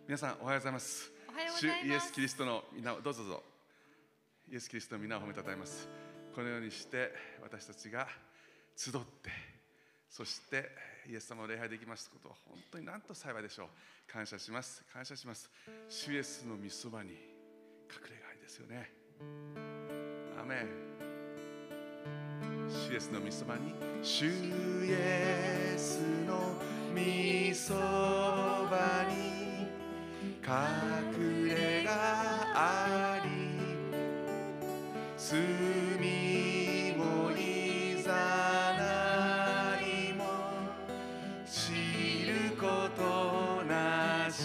皆さんおはようございます。主イエスキリストの皆をどうぞイエスキリストの皆を褒めたたえます。このようにして私たちが集って、そしてイエス様を礼拝できますことを本当になんと幸いでしょう。感謝します。感謝します。主イエスの御そばに隠れがありですよね。アーメン。主イエスの御そばに、主イエスの御そばに隠れがあり、罪もいざないも知ることなし、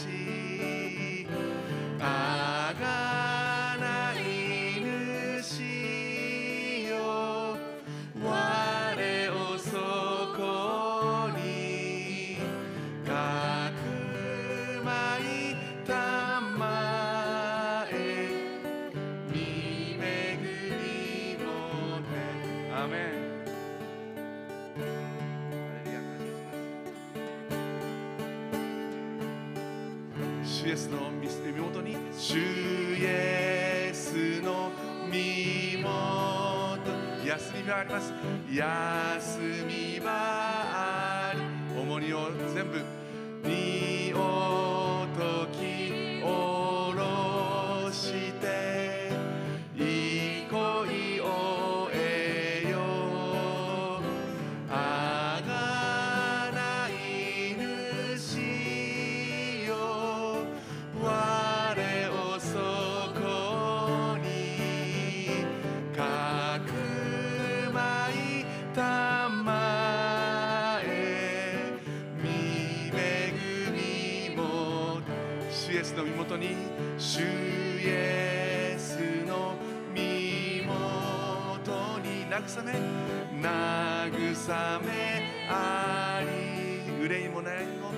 あがない主よ、我をそこにかくまいたまえ、見恵みもて。アーメン。主イエスの身元に、主イエスの身元、休み場あります。休み場あり、重荷を全部荷を解き下ろして憩いを得よう。あがない主よ、我をそこにかくまいたまえ、見恵みも。主イエスの身元に、主イエスの身元に慰めあり、憂いも悩みも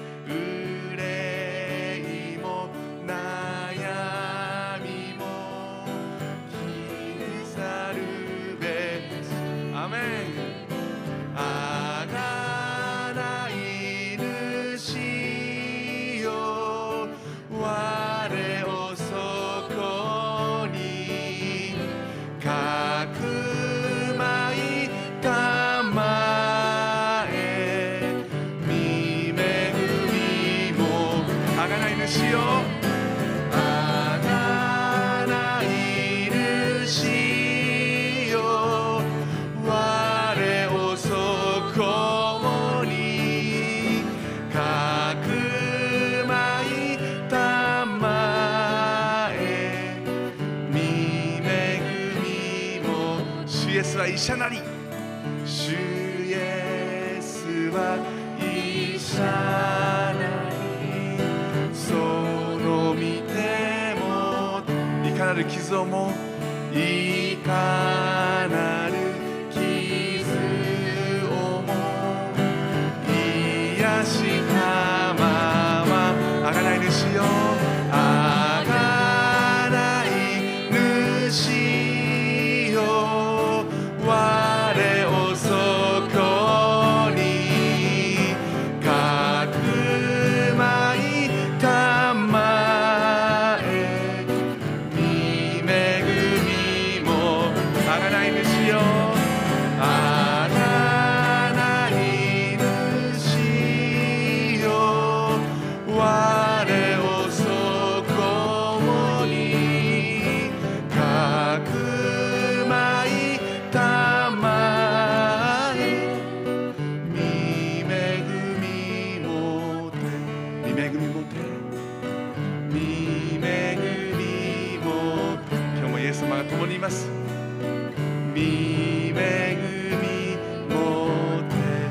悩みも消え去るべし。アーメン。あがない主よ、我をそこにかくまいたまえ、見恵みも。あがない主よ、あがない主よ、我をそこにかくまいたまえ、見恵みも。主イエスは医者なり、主イエスは医者なり、その見てもいかなる傷をも、いかなる傷をも癒したまま。あがない主よ、あがない主よ、我をそこにかくまいたまえ、見恵みも。あがない主よ、あがない主よ、我をそこにかくまいたまえ、見恵みもて。見恵みもて。見恵みもて。今日もイエス様が共にいます。見恵みもて。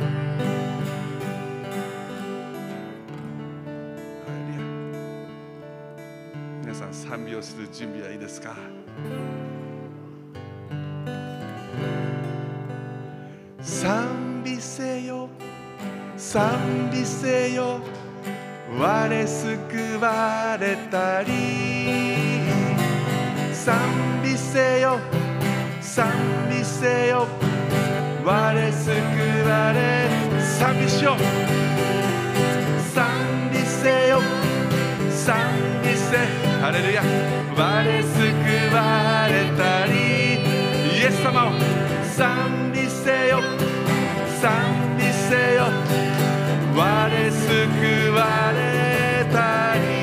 ハレルヤ。皆さん賛美をする準備はいいですか？賛美せよ、賛美せよ、我救われたり。賛美せよ、賛美せよ、我救われ。賛美しよう。賛美せよ、賛ハレルヤ。我救われたり、イエス様を賛美せよ、賛美せよ。我救われたり、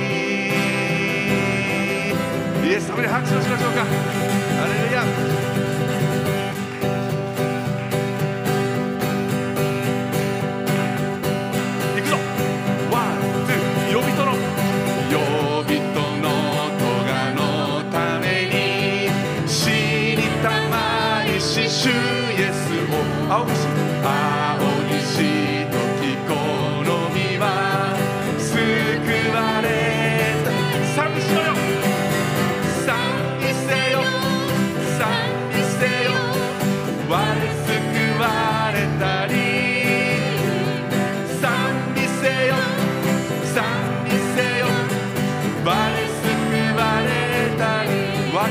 イエス様に拍手をしましょうか。ハレルヤ。いくぞ。ワン、ツー、呼びとの咎のために死にたまいし、主イエスを青西時好みは救われた。賛美しろよ、賛美せよ、賛美せよ。我救われたり、賛美せよ、賛美せよ。我救われたり、我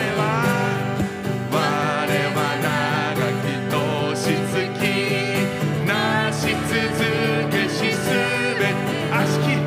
は長き年月なし続けし、すべて悪しき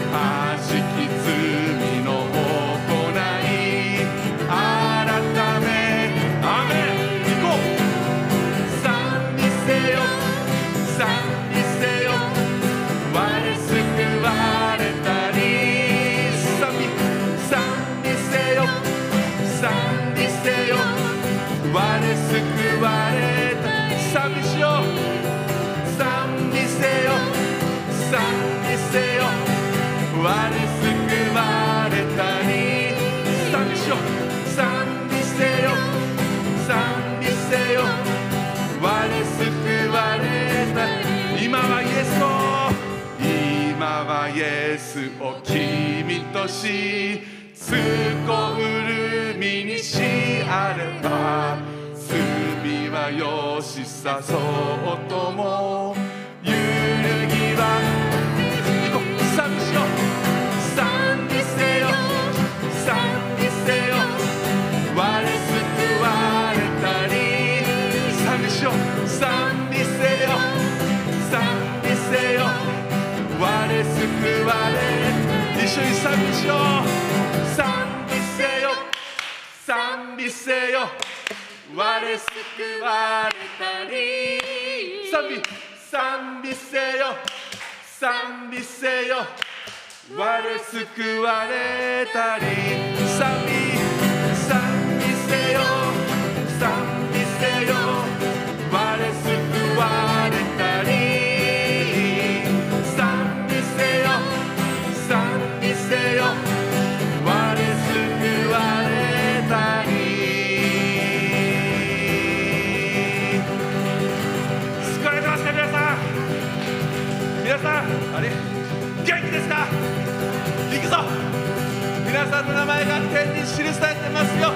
罪の行い改め、アメン。行こう。賛美せよ、賛美せよ。我救われたり、賛美せよ、賛美せよ。我救われた。賛美しよう。賛美せよ、賛美せよ。我救われたり、賛美しよう。賛美せよ、賛美せよ。我救われた。今はイエスを、今はイエスを君とし、つこうるみにしあれば、罪はよしさそうとも揺るぎは。行こう。賛美しよう。賛美せよ、賛美せよ。我救われたり、賛美しよう。賛美せよ、賛美せよ。我救われ、一緒に賛美しよう。賛美せよ、賛美せよ。我救われたり、賛美せよ、賛美せよ。我救われたり、賛美せよ、賛美せよ。我救われたり、賛美せよ、賛美せよ。我救われたり。救われてますか、皆さん。皆さん、あれ元気ですか。行くぞ。皆さんの名前が天に記されてますよ。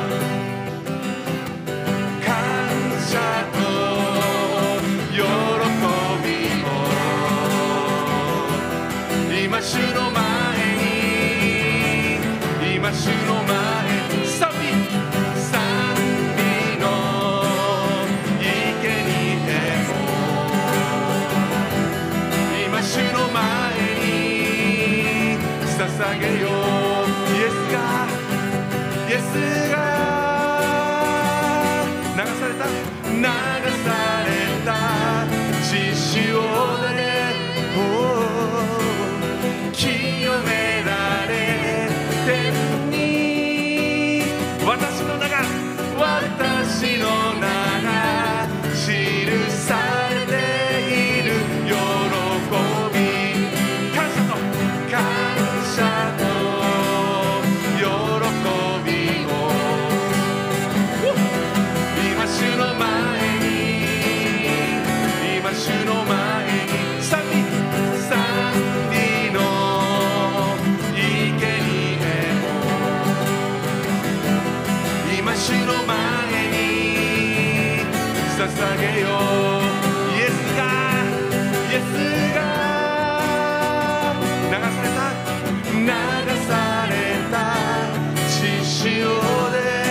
感謝と喜びを今主の前に、今主の前に。賛美の生贄も今主の前に捧げよう。イエスが流された血潮で清められ天に、私の名が記されている喜び、感謝と喜びを今主の前に、今主の前に。賛美の生贄を今主の前に捧げよう。イエスが流された血潮で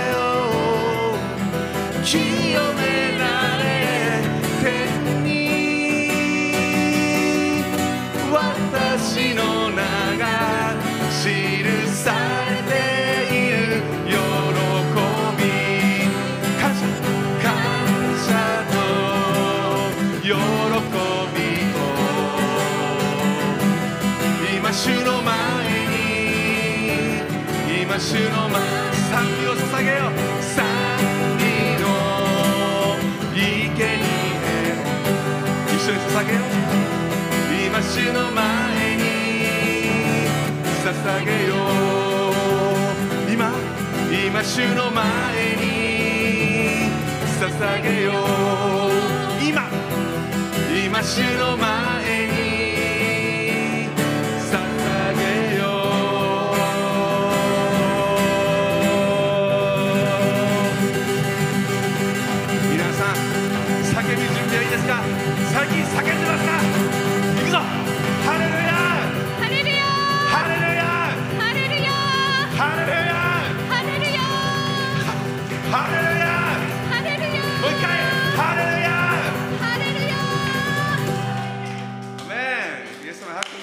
清められ天に、私の名が記されの前賛美を捧げよう。賛美の生贄一緒に捧げよう。今主の前に捧げよう。今主の前に捧げよう。今主の前に捧げよう。皆さん叫ぶ準備はいいですか？最近叫んでますか？行くぞ。ハレルヤハレルヤハレルヤハレルヤハレルヤハレルヤハレルヤハレルヤ。もう一回ハレルヤハレルヤ。アメン。イエス様拍手。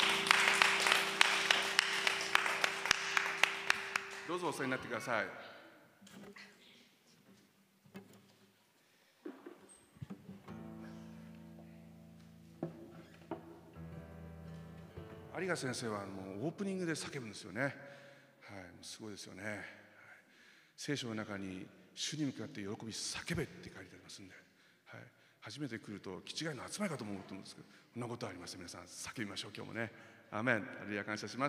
どうぞお座りになってください。有賀先生はもうオープニングで叫ぶんですよね。はい、すごいですよね。はい、聖書の中に主に向かって喜び叫べって書いてありますんで、はい、初めて来ると気違いの集まりかと思うと思うんですけど、そんなことはありません。皆さん叫びましょう。今日もね。アーメン。ハレルヤ。感謝します。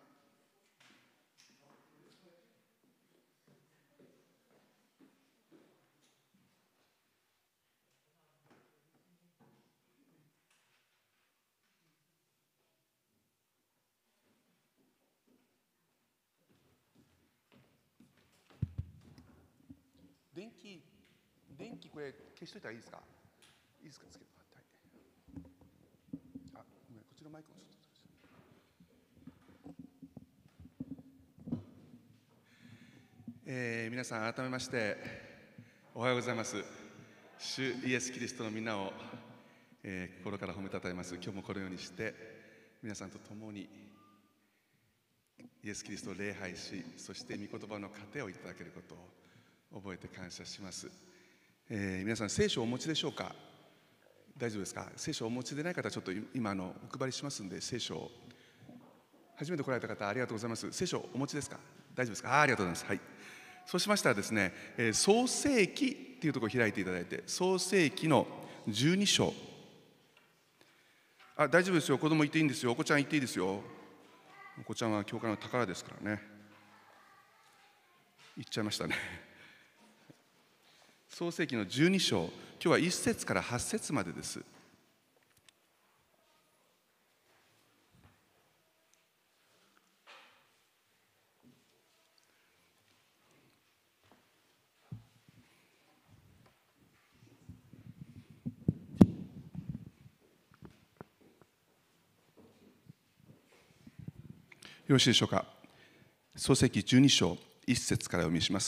電気これ消しといたらいいですか？いいですか？つけてもらって。あ、ごめん、こっちのマイクもちょっと。皆さん改めましておはようございます。主イエス・キリストのみんなを、心から褒めたたえます。今日もこのようにして皆さんと共にイエス・キリストを礼拝し、そして御言葉の糧をいただけることを覚えて感謝します。皆さん聖書をお持ちでしょうか？大丈夫ですか？聖書をお持ちでない方はちょっと今お配りしますんで、聖書を初めて来られた方ありがとうございます。聖書をお持ちですか？大丈夫ですか？ありがとうございます。はい、そうしましたらですね、創世記っていうところを開いていただいて、創世記の12章。大丈夫ですよ。子供言っていいんですよ。お子ちゃん言っていいですよ。お子ちゃんは教会の宝ですからね。言っちゃいましたね。創世記の12章、今日は1節から8節までです。よろしいでしょうか。創世記12章1節からお読みします。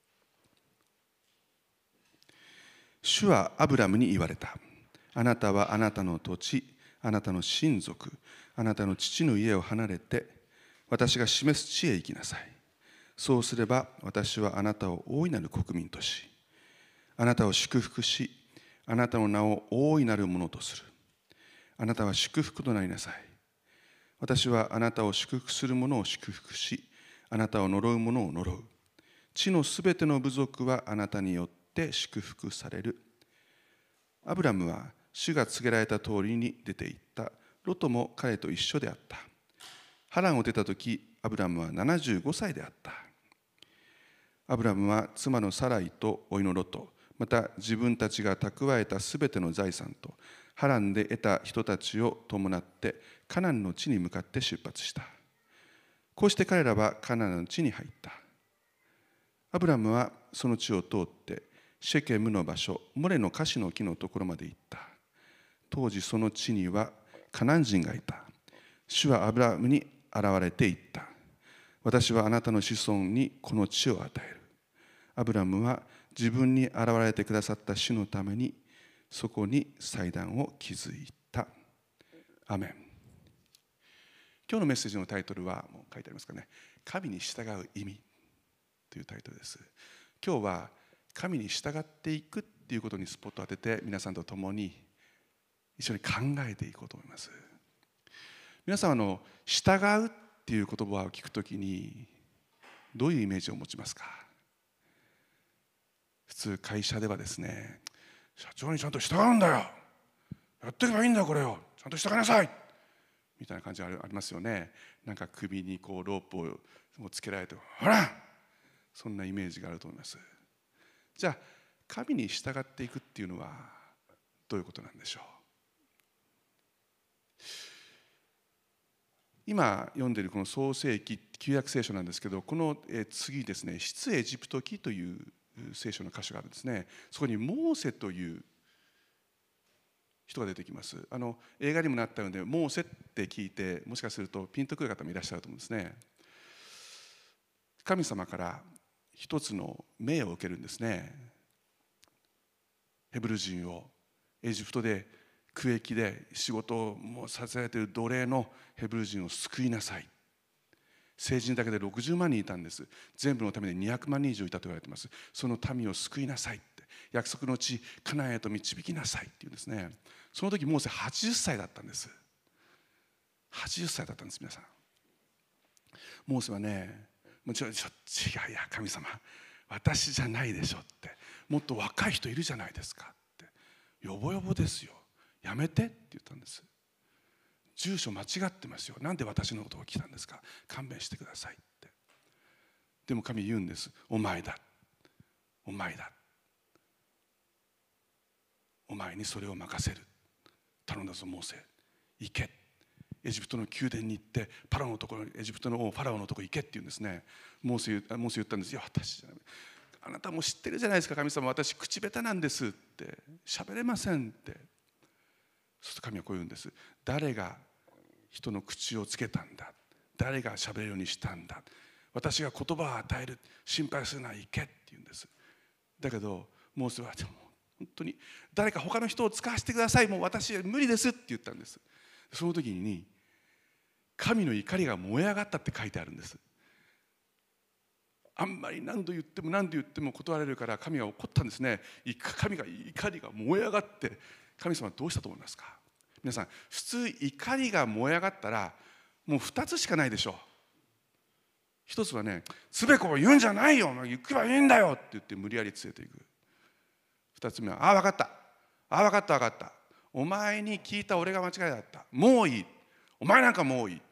主はアブラムに言われた。あなたはあなたの土地、あなたの親族、あなたの父の家を離れて、私が示す地へ行きなさい。そうすれば私はあなたを大いなる国民とし、あなたを祝福し、あなたの名を大いなるものとする。あなたは祝福となりなさい。私はあなたを祝福する者を祝福し、あなたを呪う者を呪う。地のすべての部族はあなたによって祝福される。アブラムは主が告げられた通りに出て行った。ロトも彼と一緒であった。ハランを出たとき、アブラムは75歳であった。アブラムは妻のサライと甥のロト、また自分たちが蓄えたすべての財産と、ハランで得た人たちを伴ってカナンの地に向かって出発した。こうして彼らはカナンの地に入った。アブラムはその地を通ってシェケムの場所、モレのカシの木のところまで行った。当時その地にはカナン人がいた。主はアブラムに現れて言った。私はあなたの子孫にこの地を与える。アブラムは自分に現れてくださった主のためにそこに祭壇を築いた。アメン。今日のメッセージのタイトルはもう書いてありますかね。神に従う意味というタイトルです。今日は神に従っていくっていうことにスポットを当てて皆さんと共に一緒に考えていこうと思います。皆さん従うっていう言葉を聞くときにどういうイメージを持ちますか？普通会社ではですね、社長にちゃんと従うんだよ、やっていけばいいんだよ、これをちゃんと従いなさいみたいな感じがありますよね。なんか首にこうロープをつけられて、ほら、そんなイメージがあると思います。じゃあ神に従っていくっていうのはどういうことなんでしょう？今読んでいるこの創世記旧約聖書なんですけど、この次ですね、出エジプト記という聖書の箇所があるんですね。そこにモーセという人が出てきます。映画にもなったので、モーセって聞いてもしかするとピンとくる方もいらっしゃると思うんですね。神様から一つの命を受けるんですね。ヘブル人をエジプトで苦役で仕事をもうさせられている奴隷のヘブル人を救いなさい。成人だけで60万人いたんです。全部のために200万人以上いたと言われています。その民を救いなさいって、約束の地カナンへと導きなさいっていうんですね。その時モーセ80歳だったんです。80歳だったんです。皆さん、モーセはね、もちろん違う、いや神様、私じゃないでしょって、もっと若い人いるじゃないですかって、よぼよぼですよ、やめてって言ったんです。住所間違ってますよ、なんで私のことを来たんですか、勘弁してくださいって。でも神言うんです。お前だ、お前だ、お前にそれを任せる、頼んだぞモーセ、行け、エジプトの宮殿に行ってパラオのところ、エジプトの王ファラオのところ行けって言うんですね。モーセ言ったんです。いや私じゃない、あなたも知ってるじゃないですか神様、私口下手なんですって、喋れませんって。そうすると神はこう言うんです。誰が人の口をつけたんだ、誰が喋れるようにしたんだ、私が言葉を与える、心配するなら行けって言うんです。だけどモーセは本当に誰か他の人を使わせてください、もう私無理ですって言ったんです。その時に神の怒りが燃え上がったって書いてあるんです。あんまり何度言っても断られるから神が怒ったんですね。神が怒りが燃え上がって、神様はどうしたと思いますか？皆さん、普通怒りが燃え上がったらもう2つしかないでしょう。一つはね、つべこを言うんじゃないよ、行けばいいんだよって言って無理やり連れていく。2つ目は、分かった、分かった分かった、お前に聞いた俺が間違いだった、もういい、お前なんかもういい、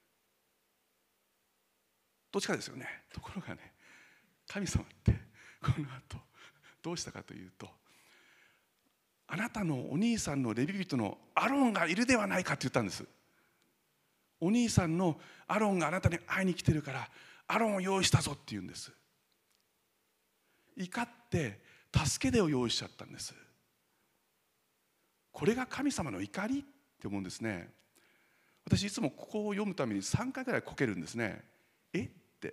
どっちかですよね。ところがね、神様ってこの後どうしたかというと、あなたのお兄さんのレビ人のアロンがいるではないかって言ったんです。お兄さんのアロンがあなたに会いに来てるからアロンを用意したぞって言うんです。怒って助け手を用意しちゃったんです。これが神様の怒りって思うんですね。私いつもここを読むために3回ぐらいこけるんですね。って、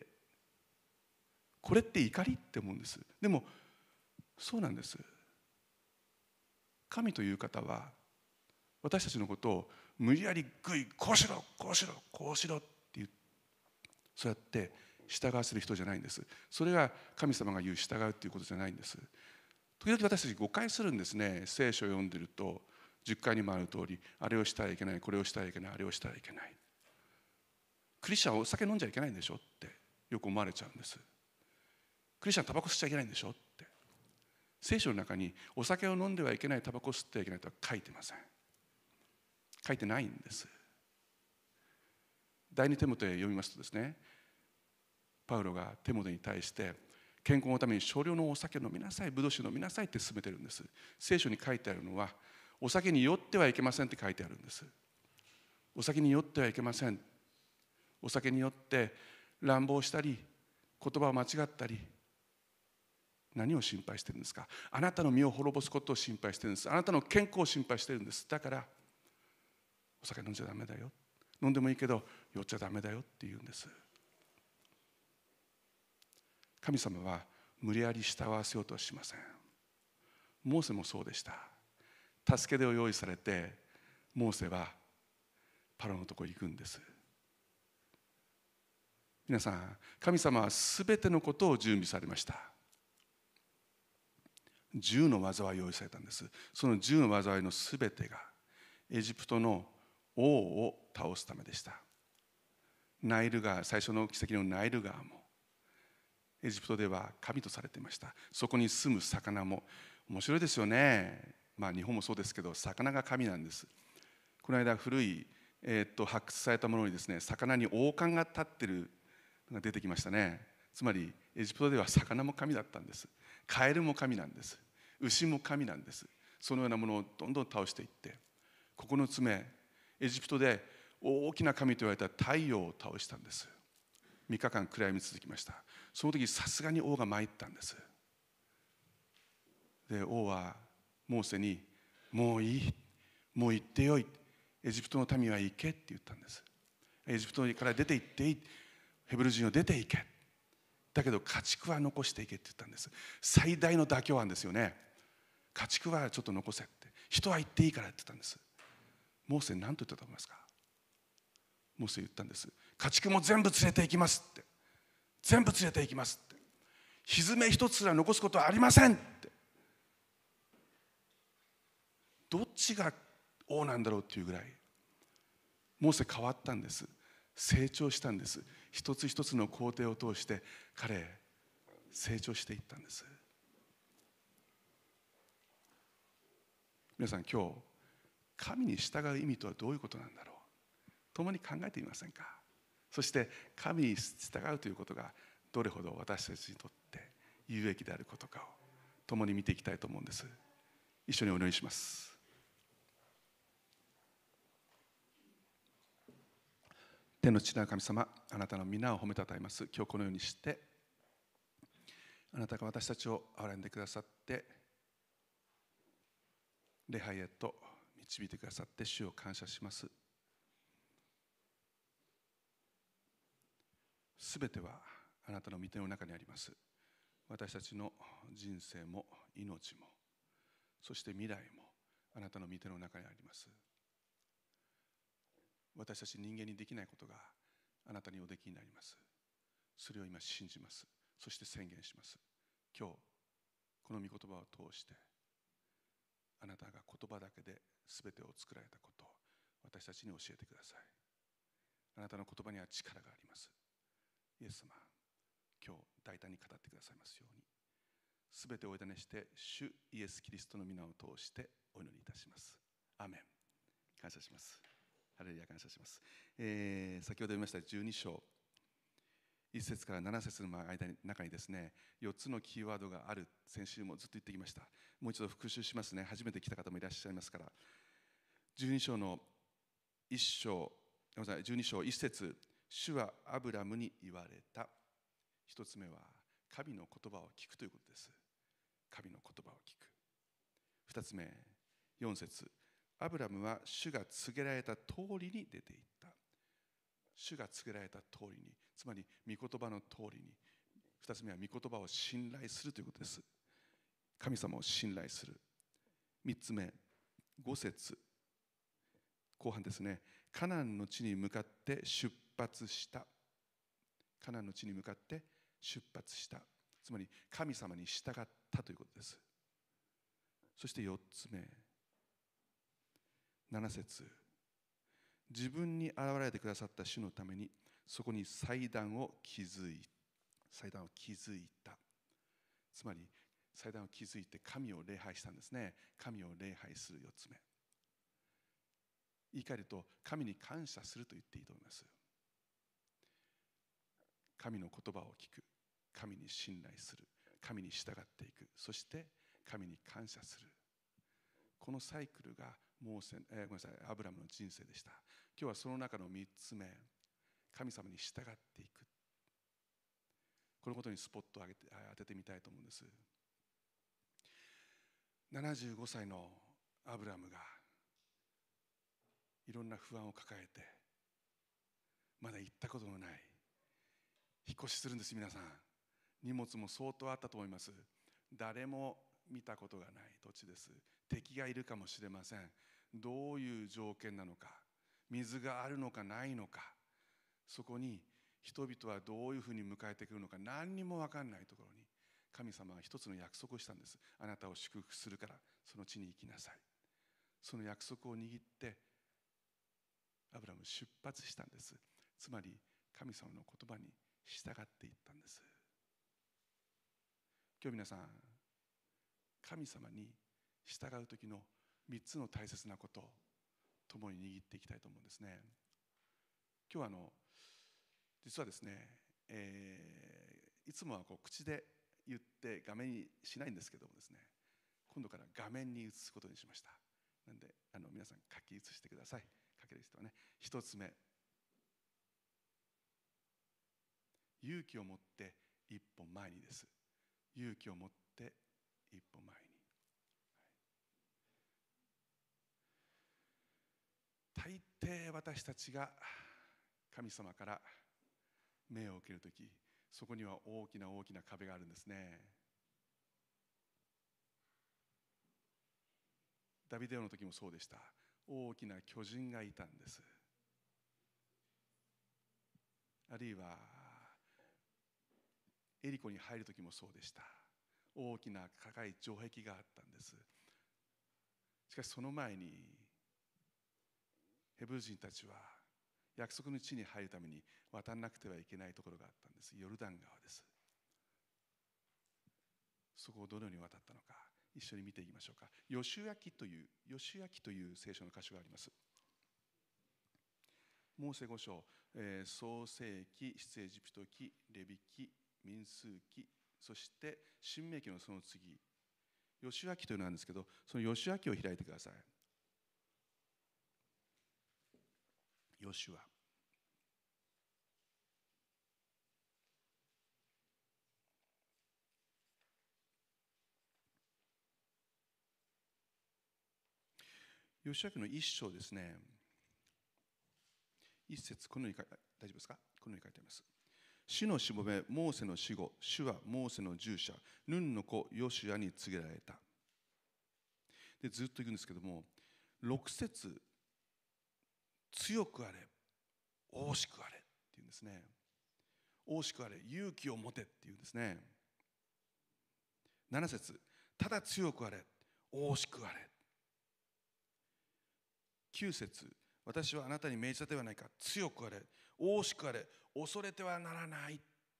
これって怒りって思うんです。でもそうなんです。神という方は私たちのことを無理やりグイ、こうしろこうしろこうしろって言う、そうやって従わせる人じゃないんです。それが神様が言う従うっていうことじゃないんです。時々私たち誤解するんですね。聖書を読んでると10回にもある通り、あれをしたらいけない、これをしたらいけない、あれをしたらいけない、クリスチャンはお酒飲んじゃいけないんでしょってよく思われちゃうんです。クリスチャンはタバコ吸っちゃいけないんでしょって。聖書の中にお酒を飲んではいけない、タバコを吸ってはいけないとは書いてません。書いてないんです。第二テモテを読みますとですね、パウロがテモテに対して健康のために少量のお酒を飲みなさい、ブドウ酒を飲みなさいって勧めてるんです。聖書に書いてあるのはお酒に酔ってはいけませんって書いてあるんです。お酒に酔ってはいけません。お酒によって乱暴したり言葉を間違ったり、何を心配してるんですか？あなたの身を滅ぼすことを心配してるんです。あなたの健康を心配してるんです。だからお酒飲んじゃダメだよ、飲んでもいいけど酔っちゃダメだよって言うんです。神様は無理やり従わせようとはしません。モーセもそうでした。助け手を用意されてモーセはパロのところに行くんです。皆さん、神様はすべてのことを準備されました。10の災いを用意されたんです。その10の災いのすべてがエジプトの王を倒すためでした。ナイル川、最初の奇跡のナイル川もエジプトでは神とされていました。そこに住む魚も面白いですよね。日本もそうですけど、魚が神なんです。この間古い、発掘されたものにですね、魚に王冠が立ってるのが出てきましたね。つまりエジプトでは魚も神だったんです。カエルも神なんです。牛も神なんです。そのようなものをどんどん倒していって、9つ目、エジプトで大きな神と言われた太陽を倒したんです。3日間暗闇続きました。その時さすがに王が参ったんです。で、王はモーセに、もういい、もう行ってよい、エジプトの民は行けって言ったんです。エジプトから出て行っていい、ヘブル人を出て行け、だけど家畜は残していけって言ったんです。最大の妥協案ですよね。家畜はちょっと残せって、人は行っていいからって言ったんです。モーセ何と言ったと思いますか？モーセ言ったんです。家畜も全部連れて行きますって、全部連れて行きますって、ひずめ一つすら残すことはありませんって。どっちが王なんだろうっていうぐらいモーセ変わったんです。成長したんです。一つ一つの工程を通して彼成長していったんです。皆さん、今日神に従う意味とはどういうことなんだろう、共に考えてみませんか？そして神に従うということがどれほど私たちにとって有益であることかを共に見ていきたいと思うんです。一緒にお祈りします。天の父なる神様、あなたの皆を褒めたたえます。今日このようにしてあなたが私たちを憐れんでくださって、礼拝へと導いてくださって主を感謝します。すべてはあなたの御手の中にあります。私たちの人生も命も、そして未来もあなたの御手の中にあります。私たち人間にできないことがあなたにおできになります。それを今信じます。そして宣言します。今日この御言葉を通してあなたが言葉だけで全てを作られたことを私たちに教えてください。あなたの言葉には力があります。イエス様、今日大胆に語ってくださいますように、全てをお委ねして主イエス・キリストの皆を通してお祈りいたします。アーメン。感謝します。ハレルヤ、感謝します。先ほど読みました12章1節から7節の中にですね、4つのキーワードがある。先週もずっと言ってきました。もう一度復習しますね。初めて来た方もいらっしゃいますから。12章の1章、12章1節、主はアブラムに言われた。一つ目は神の言葉を聞くということです。神の言葉を聞く。二つ目、4節、アブラムは主が告げられた通りに出ていった。主が告げられた通りに、つまり御言葉の通りに。二つ目は御言葉を信頼するということです。神様を信頼する。三つ目、5節後半ですね。カナンの地に向かって出発した。カナンの地に向かって出発した。つまり神様に従ったということです。そして4つ目、7節、自分に現れてくださった主のためにそこに祭壇を築いた。つまり祭壇を築いて神を礼拝したんですね。神を礼拝する。4つ目、言い換えると神に感謝すると言っていいと思います。神の言葉を聞く、神に信頼する、神に従っていく、そして神に感謝する。このサイクルがアブラムの人生でした。今日はその中の3つ目、神様に従っていく。このことにスポットを当ててみたいと思うんです。75歳のアブラムがいろんな不安を抱えて、まだ行ったことのない引っ越しするんです。皆さん、荷物も相当あったと思います。誰も見たことがない土地です。敵がいるかもしれません。どういう条件なのか、水があるのかないのか、そこに人々はどういうふうに迎えてくるのか、何にも分かんないところに神様は一つの約束をしたんです。あなたを祝福するからその地に行きなさい。その約束を握ってアブラム出発したんです。つまり神様の言葉に従っていったんです。 今日皆さん、神様に従う時の3つの大切なことを共に握っていきたいと思うんですね。今日は実はですね、いつもは口で言って画面にしないんですけどもですね、今度から画面に移すことにしました。なので皆さん書き写してください。書ける人はね。一つ目、勇気を持って一歩前にです。勇気を持って一歩前に。大抵私たちが神様から命を受けるとき、そこには大きな大きな壁があるんですね。ダビデ王の時もそうでした。大きな巨人がいたんです。あるいはエリコに入る時もそうでした。大きな高い城壁があったんです。しかしその前にヘブル人たちは約束の地に入るために渡らなくてはいけないところがあったんです。ヨルダン川です。そこをどのように渡ったのか一緒に見ていきましょうか。ヨシュア記という聖書の箇所があります。モーセ5章、創世記、出エジプト記、レビ記、民数記、そして新明記のその次、ヨシュア記というのなんですけど、そのヨシュア記を開いてください。ヨシュア。ヨシュア記の一章ですね。一節、このように大丈夫ですか？このように書いてあります。主のしもべ、モーセの死後、主はモーセの従者、ヌンの子ヨシュアに告げられた。でずっといくんですけども、6節、強くあれ、大しくあれっていうんですね。大しくあれ、勇気を持てっていうんですね。7節、ただ強くあれ、大しくあれ。9節、私はあなたに命じたではないか、強くあれ、大しくあれ、恐れてはならない。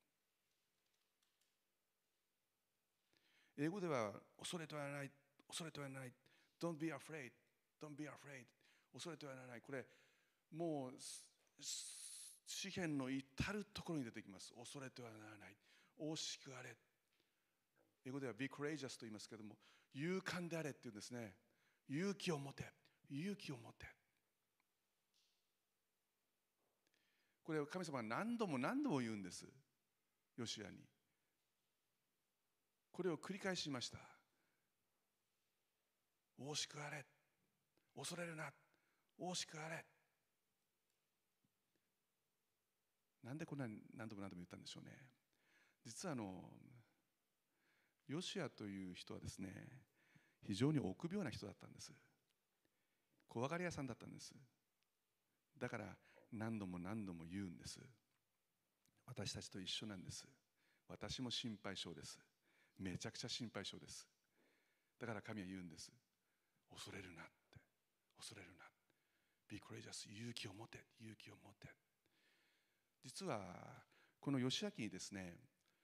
英語では恐れてはならない、恐れてはならない、Don't be afraid, don't be afraid、恐れてはならない。これもう詩篇の至るところに出てきます。恐れてはならない、大しくあれ。英語では be courageous と言いますけれども、勇敢であれっていうんですね。勇気を持て、勇気を持て。これを神様は何度も何度も言うんです。ヨシュアに。これを繰り返しました。大しくあれ、恐れるな、大しくあれ。なんでこんなに何度も何度も言ったんでしょうね。実はヨシュアという人はですね、非常に臆病な人だったんです。怖がり屋さんだったんです。だから何度も何度も言うんです。私たちと一緒なんです。私も心配性です。めちゃくちゃ心配性です。だから神は言うんです。恐れるなって、恐れるな。Be courageous、勇気を持て、勇気を持て。実はこのヨシュア記にですね、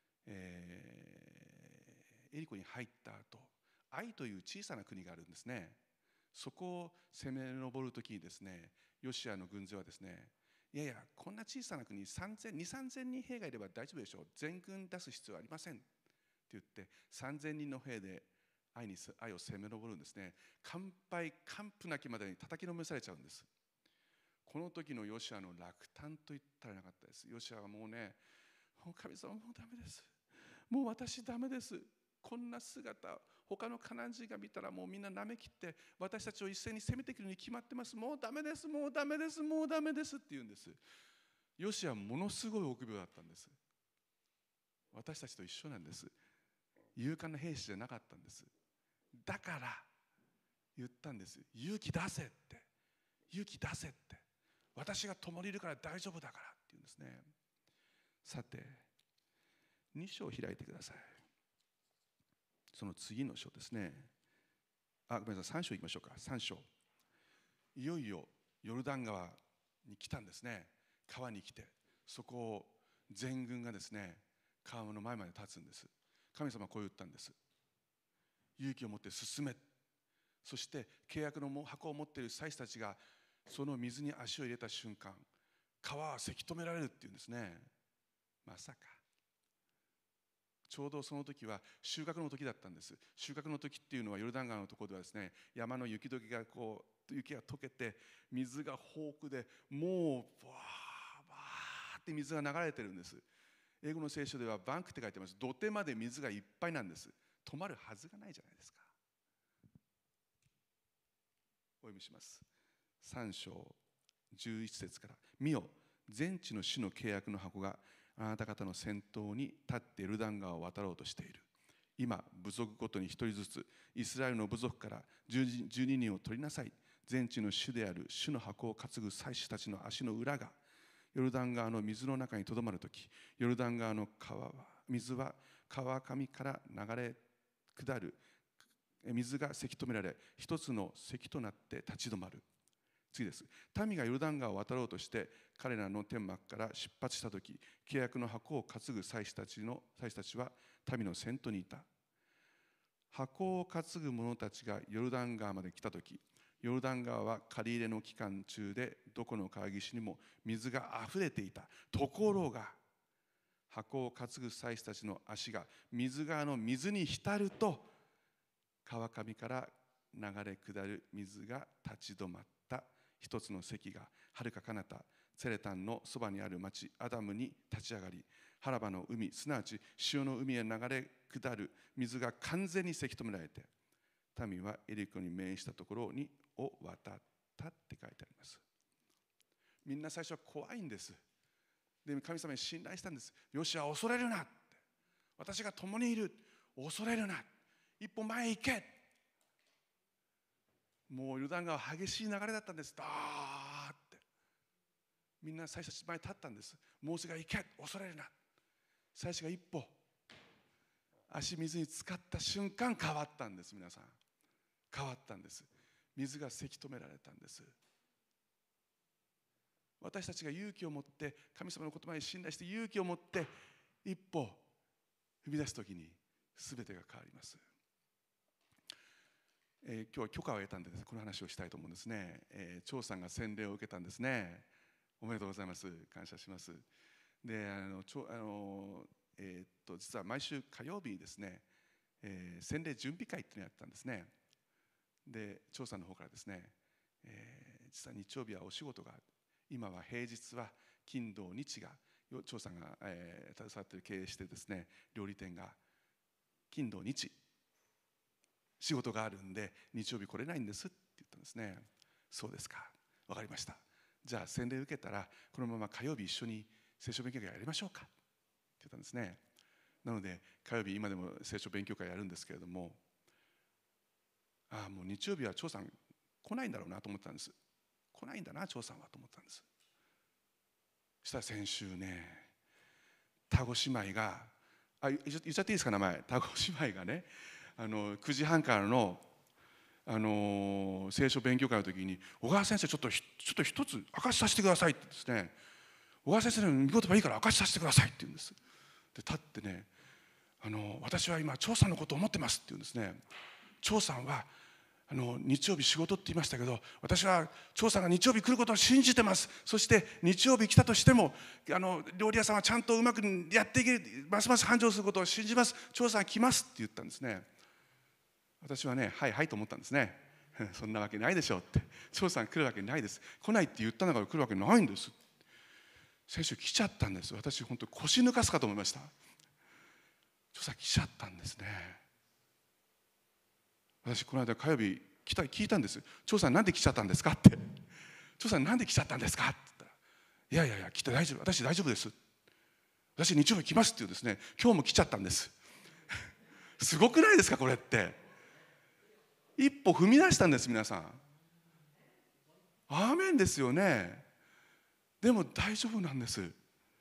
エリコに入った後、アイという小さな国があるんですね。そこを攻め上るときにですね、ヨシュアの軍勢はですね、いやいや、こんな小さな国、2、3000人兵がいれば大丈夫でしょう、全軍出す必要はありませんって言って、3000人の兵でアイを攻め上るんですね。完敗、完膚なきまでに叩きのめされちゃうんです。この時のヨシュアの落胆と言ったらなかったです。ヨシュアはもうね、もう神様、もうダメです。もう私ダメです。こんな姿、他のカナン人が見たらもうみんな舐めきって私たちを一斉に攻めてくるに決まってます。もうダメです、もうダメです、もうダメですって言うんです。ヨシュアはものすごい臆病だったんです。私たちと一緒なんです。勇敢な兵士じゃなかったんです。だから言ったんです。勇気出せって、勇気出せって、私が共にいるから大丈夫だからって言うんですね。さて2章を開いてください。その次の章ですね。ごめんなさい、3章いきましょうか。3章。いよいよヨルダン川に来たんですね。川に来て、そこを全軍がですね、川の前まで立つんです。 神様はこう言ったんです。勇気を持って進め。そして契約の箱を持っている祭司たちがその水に足を入れた瞬間、川はせき止められるっていうんですね。まさか。ちょうどその時は収穫の時だったんです。収穫の時っていうのはヨルダン川のところではですね、山の雪解けが雪が溶けて水が豊富で、もうバーって水が流れてるんです。英語の聖書ではバンクって書いてます。土手まで水がいっぱいなんです。止まるはずがないじゃないですか。お読みします。3章11節から。見よ、全地の主の契約の箱があなた方の先頭に立ってヨルダン川を渡ろうとしている。今、部族ごとに一人ずつイスラエルの部族から12人を取りなさい。全地の主である主の箱を担ぐ祭司たちの足の裏がヨルダン川の水の中にとどまるとき、ヨルダン川の水は川上から流れ下る。水がせき止められ、一つの堰となって立ち止まる。次です。民がヨルダン川を渡ろうとして彼らの天幕から出発したとき、契約の箱を担ぐ祭司たちは民の先頭にいた。箱を担ぐ者たちがヨルダン川まで来たとき、ヨルダン川は借り入れの期間中でどこの川岸にも水があふれていた。ところが箱を担ぐ祭司たちの足が水川の水に浸ると、川上から流れ下る水が立ち止まった。一つの堰がはるか彼方ツェレタンのそばにある町アダムに立ち上がり、ハラバの海、すなわち潮の海へ流れ下る水が完全にせき止められて、民はエリコに面したところを渡ったって書いてあります。みんな最初は怖いんです。で、神様に信頼したんです。よし、恐れるなって、私が共にいる、恐れるな、一歩前へ行け。もうヨルダン川激しい流れだったんです。ダーってみんな祭司前に立ったんです。モーセが行け、恐れるな。祭司が一歩足水に浸かった瞬間変わったんです。皆さん、変わったんです。水がせき止められたんです。私たちが勇気を持って神様の言葉に信頼して勇気を持って一歩踏み出すときに全てが変わります。今日は許可を得たんで、この話をしたいと思うんですね。張さんが洗礼を受けたんですね。おめでとうございます。感謝します。で、実は毎週火曜日にですね、洗礼準備会っていうのをやったんですね。で、張さんの方からですね、実は日曜日はお仕事がある。今は平日は金土日が張さんが、携わっている経営してですね、料理店が金土日仕事があるんで日曜日来れないんですって言ったんですね。そうですか、分かりました。じゃあ洗礼受けたらこのまま火曜日一緒に聖書勉強会やりましょうかって言ったんですね。なので火曜日今でも聖書勉強会やるんですけれども、もう日曜日は張さん来ないんだろうなと思ったんです。来ないんだな張さんはと思ったんです。そしたら先週ね、田子姉妹が言っちゃっていいですか、名前。田子姉妹がね、9時半からの、聖書勉強会の時に小川先生ちょっと一つ証しさせてくださいってですね、小川先生の御言葉いいから証しさせてくださいって言うんです。で立ってね、私は今張さんのことを思ってますって言うんですね。張さんは日曜日仕事って言いましたけど、私は張さんが日曜日来ることを信じてます。そして日曜日来たとしても料理屋さんはちゃんとうまくやっていける、ますます繁盛することを信じます。張さん来ますって言ったんですね。私はね、はいはいと思ったんですね。そんなわけないでしょうって、張さん来るわけないです、来ないって言ったのから来るわけないんです。先週来ちゃったんです。私本当に腰抜かすかと思いました。張さん来ちゃったんですね。私この間火曜日聞いたんです。張さんなんで来ちゃったんですかって。張さんなんで来ちゃったんですかって言ったら、いや来て大丈夫、私大丈夫です、私日曜日来ますって言うんですね。今日も来ちゃったんですすごくないですかこれって。一歩踏み出したんです。皆さんアーメンですよね。でも大丈夫なんですね。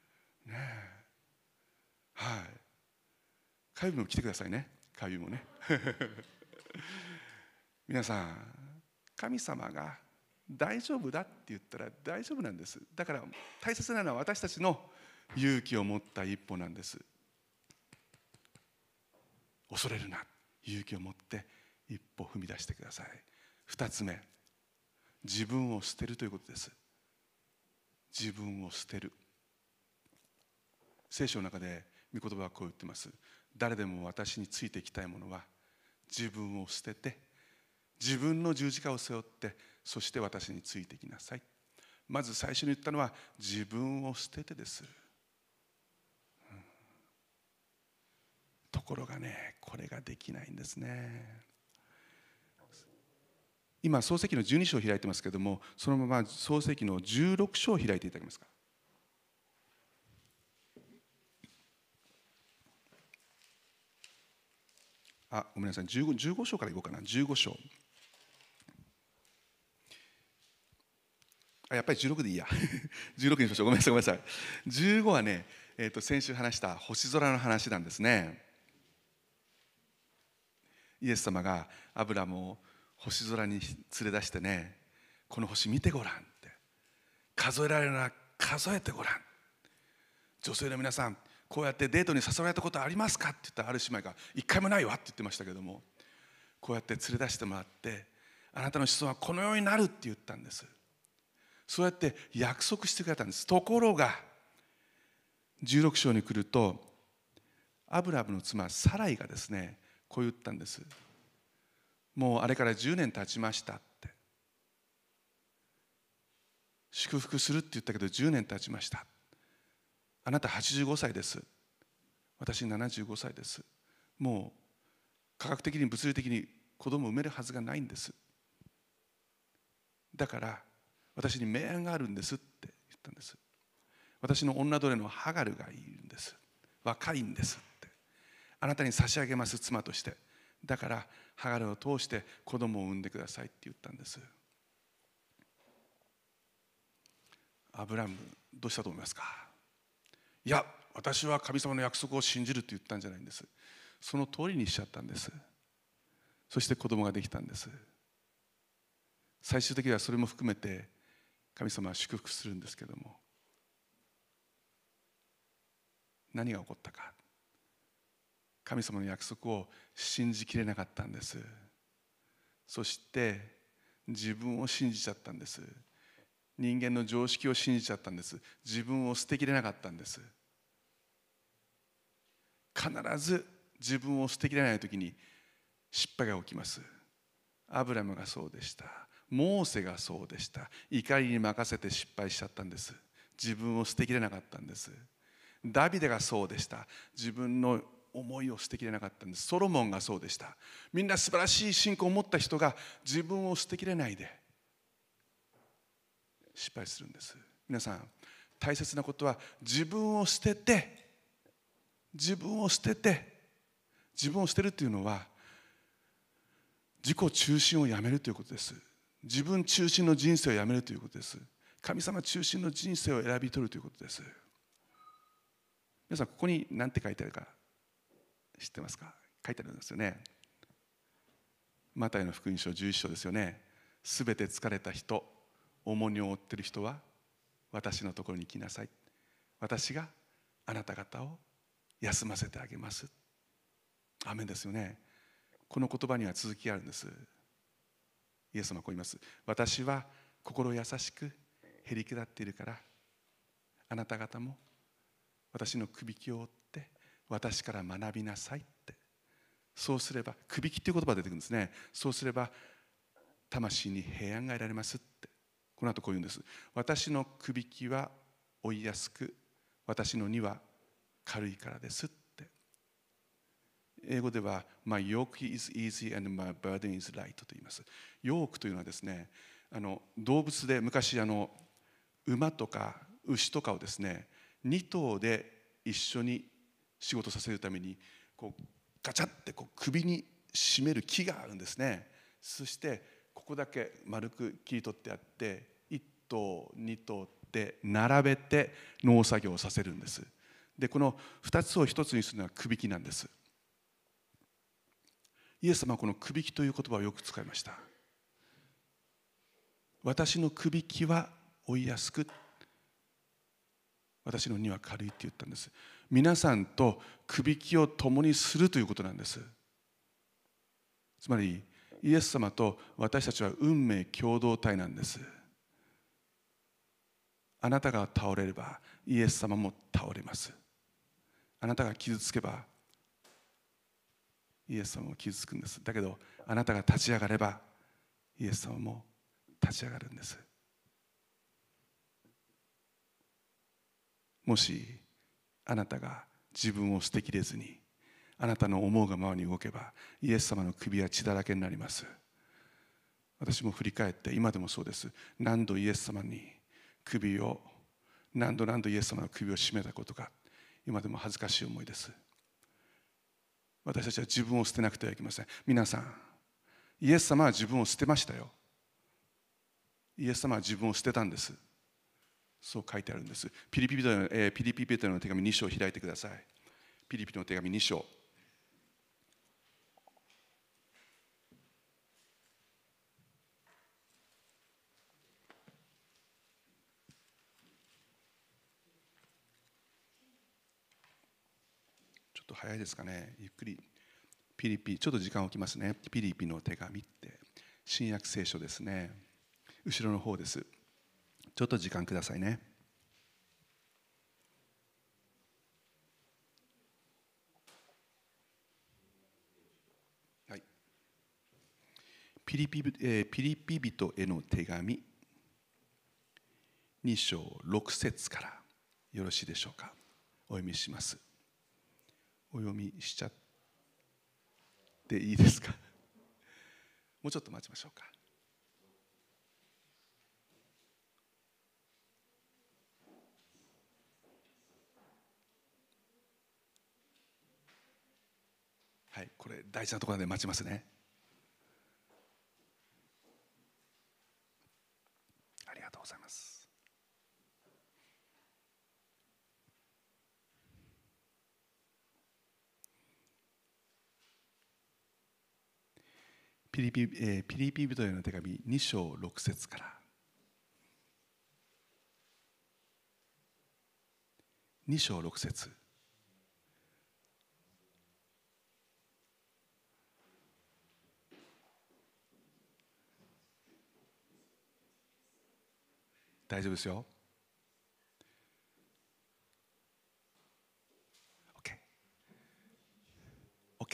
はい、火曜日も来てくださいね。火曜日もね皆さん、神様が大丈夫だって言ったら大丈夫なんです。だから大切なのは私たちの勇気を持った一歩なんです。 恐れるな、勇気を持って一歩踏み出してください。2つ目、自分を捨てるということです。自分を捨てる。聖書の中で御言葉はこう言ってます。誰でも私についていきたいものは自分を捨てて自分の十字架を背負って、そして私についてきなさい。まず最初に言ったのは自分を捨ててです。ところがね、これができないんですね。今創世記の12章を開いてますけれども、そのまま創世記の16章を開いていただけますか。ごめんなさい、15章からいこうかな。15章。やっぱり16でいいや16にしましょう。ごめんなさいごめんなさい。15はね、先週話した星空の話なんですね。イエス様がアブラムを星空に連れ出してね、この星見てごらんって、数えられるなら数えてごらん。女性の皆さん、こうやってデートに誘われたことありますかって言ったら、ある姉妹が一回もないわって言ってましたけども、こうやって連れ出してもらって、あなたの子孫はこのようになるって言ったんです。そうやって約束してくれたんです。ところが16章に来ると、アブラムの妻サライがですね、こう言ったんです。もうあれから10年経ちましたって、祝福するって言ったけど10年経ちました。あなた85歳です、私75歳です。もう科学的に物理的に子供を産めるはずがないんです。だから私に名案があるんですって言ったんです。私の女奴隷のハガルがいるんです。若いんですって。あなたに差し上げます、妻として。だからハガルを通して子供を産んでくださいって言ったんです。アブラムどうしたと思いますか。いや、私は神様の約束を信じるって言ったんじゃないんです。その通りにしちゃったんです。そして子供ができたんです。最終的にはそれも含めて神様は祝福するんですけども、何が起こったか。神様の約束を信じきれなかったんです。そして自分を信じちゃったんです。人間の常識を信じちゃったんです。自分を捨てきれなかったんです。必ず自分を捨てきれないときに失敗が起きます。アブラムがそうでした。モーセがそうでした。怒りに任せて失敗しちゃったんです。自分を捨てきれなかったんです。ダビデがそうでした。自分の思いを捨てきれなかったんです。ソロモンがそうでした。みんな素晴らしい信仰を持った人が自分を捨てきれないで失敗するんです。皆さん、大切なことは自分を捨てて、自分を捨てるっていうのは自己中心をやめるということです。自分中心の人生をやめるということです。神様中心の人生を選び取るということです。皆さん、ここに何て書いてあるか知ってますか。書いてあるんですよね。マタイの福音書11章ですよね。すべて疲れた人、重荷を負っている人は私のところに来なさい。私があなた方を休ませてあげます。アーメンですよね。この言葉には続きがあるんです。イエス様はこう言います。私は心優しくへり下っているから、あなた方も私のくびきを追って私から学びなさいって。そうすれば、くびきっていう言葉が出てくるんですね。そうすれば魂に平安が得られますって。この後こう言うんです。私のくびきは追いやすく、私の荷は軽いからですって。英語では My yoke is easy and my burden is light と言います。ヨークというのはですね、動物で昔馬とか牛とかをですね、2頭で一緒に仕事させるためにこうガチャってこう首に締める木があるんですね。そしてここだけ丸く切り取ってあって、1頭2頭で並べて農作業をさせるんです。でこの2つを1つにするのはくびきなんです。イエス様はこのくびきという言葉をよく使いました。私のくびきは追いやすく、私の荷は軽いって言ったんです。皆さんとくびきを共にするということなんです。 つまりイエス様と私たちは運命共同体なんです。あなたが倒れればイエス様も倒れます。あなたが傷つけばイエス様も傷つくんです。だけどあなたが立ち上がればイエス様も立ち上がるんです。もしあなたが自分を捨てきれずにあなたの思うがままに動けばイエス様の首は血だらけになります。私も振り返って今でもそうです。何度イエス様に何度イエス様の首を絞めたことか、今でも恥ずかしい思いです。私たちは自分を捨てなくてはいけません。皆さん、イエス様は自分を捨てましたよ。イエス様は自分を捨てたんです。そう書いてあるんです。ピリピ人への手紙2章を開いてください。ピリピの手紙2章。ちょっと早いですかね。ゆっくり。ちょっと時間を置きますね。ピリピの手紙って新約聖書ですね。後ろの方です。ちょっと時間くださいね。はい。ピリピ人への手紙2章6節からよろしいでしょうか。お読みします。お読みしちゃっていいですか。もうちょっと待ちましょうか。はい、これ大事なところで待ちますね。ありがとうございます。ピリピ人への手紙2章6節から2章6節。大丈夫ですよ。 OK。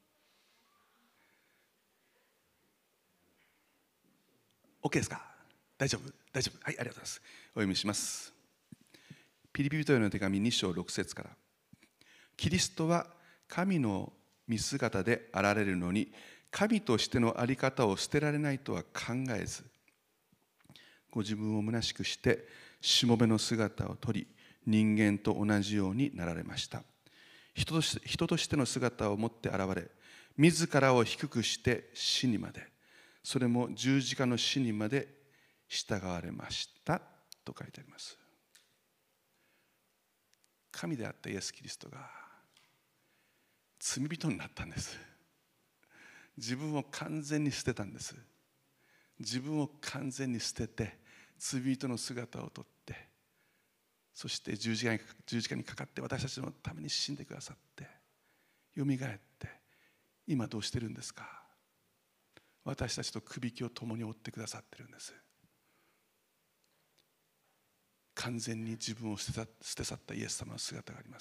OK ですか。大丈夫。はい、ありがとうございます。お読みします。ピリピ人への手紙2章6節から。キリストは神の見姿であられるのに神としての在り方を捨てられないとは考えず、ご自分を虚しくしてしもべの姿をとり、人間と同じようになられました。人としての姿を持って現れ、自らを低くして死にまで、それも十字架の死にまで従われましたと書いてあります。神であったイエス・キリストが罪人になったんです。自分を完全に捨てたんです。自分を完全に捨てて罪人の姿をとって、そして十字架にかかって私たちのために死んでくださって、よみがえって今どうしてるんですか。私たちとくびきを共に負ってくださってるんです。完全に自分を捨て去ったイエス様の姿があります。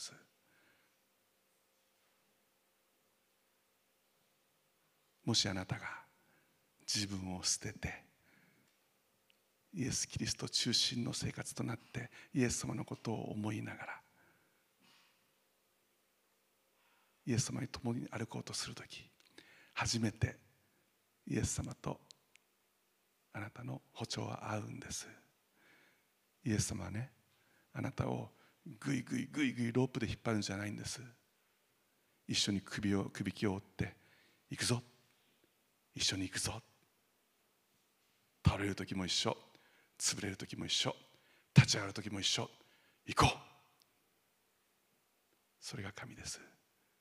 もしあなたが自分を捨ててイエス・キリスト中心の生活となってイエス様のことを思いながらイエス様に共に歩こうとするとき、初めてイエス様とあなたの歩調は合うんです。イエス様はね、あなたをぐいぐいロープで引っ張るんじゃないんです。一緒に首輝を折って行くぞ、一緒に行くぞ。倒れる時も一緒、潰れる時も一緒、立ち上がる時も一緒、行こう。それが神です。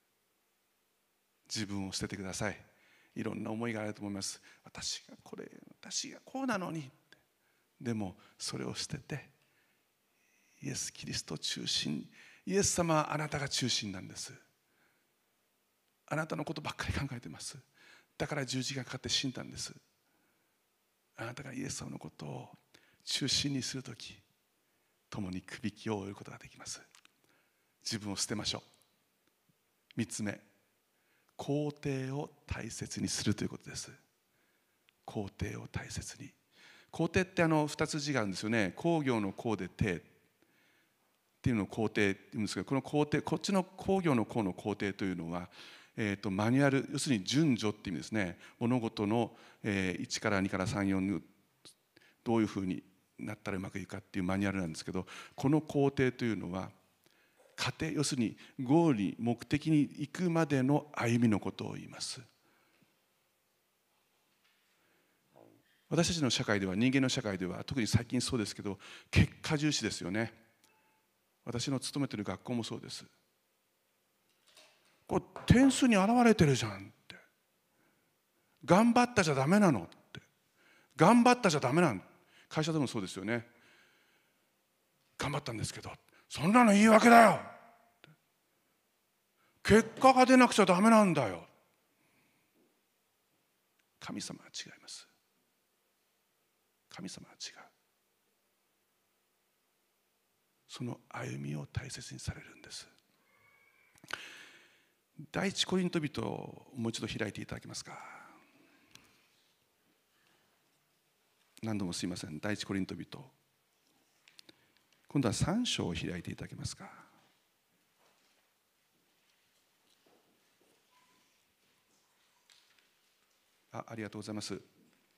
自分を捨ててください。いろんな思いがあると思います。私がこうなのに。でもそれを捨ててイエス・キリスト中心、イエス様はあなたが中心なんです。あなたのことばっかり考えてます。 だから十字架がかかって死んだんです。あなたがイエス様のことを中心にするとき、共にくびきを追うことができます。自分を捨てましょう。3つ目、肯定を大切にするということです。肯定を大切に。肯定って2つ字があるんですよね。工業の工で定っていうのを肯定っていうんですけど、この肯定、こっちの工業の工の肯定というのは、マニュアル、要するに順序っていう意味ですね。物事の、1から2から3、4どういうふうになったらうまくいくかっていうマニュアルなんですけど、この肯定というのは過程、要するにゴールに目的に行くまでの歩みのことを言います。私たちの社会では、人間の社会では特に最近そうですけど、結果重視ですよね。私の勤めている学校もそうです。これ点数に表れてるじゃんって、頑張ったじゃダメなのって、頑張ったじゃダメなの。会社でもそうですよね。頑張ったんですけど、そんなの言い訳だよ、結果が出なくちゃダメなんだよ。神様は違います。神様は違う。その歩みを大切にされるんです。第一コリント人をもう一度開いていただけますか。何度もすいません。第一コリント人、今度は3章を開いていただけますか。ありがとうございます。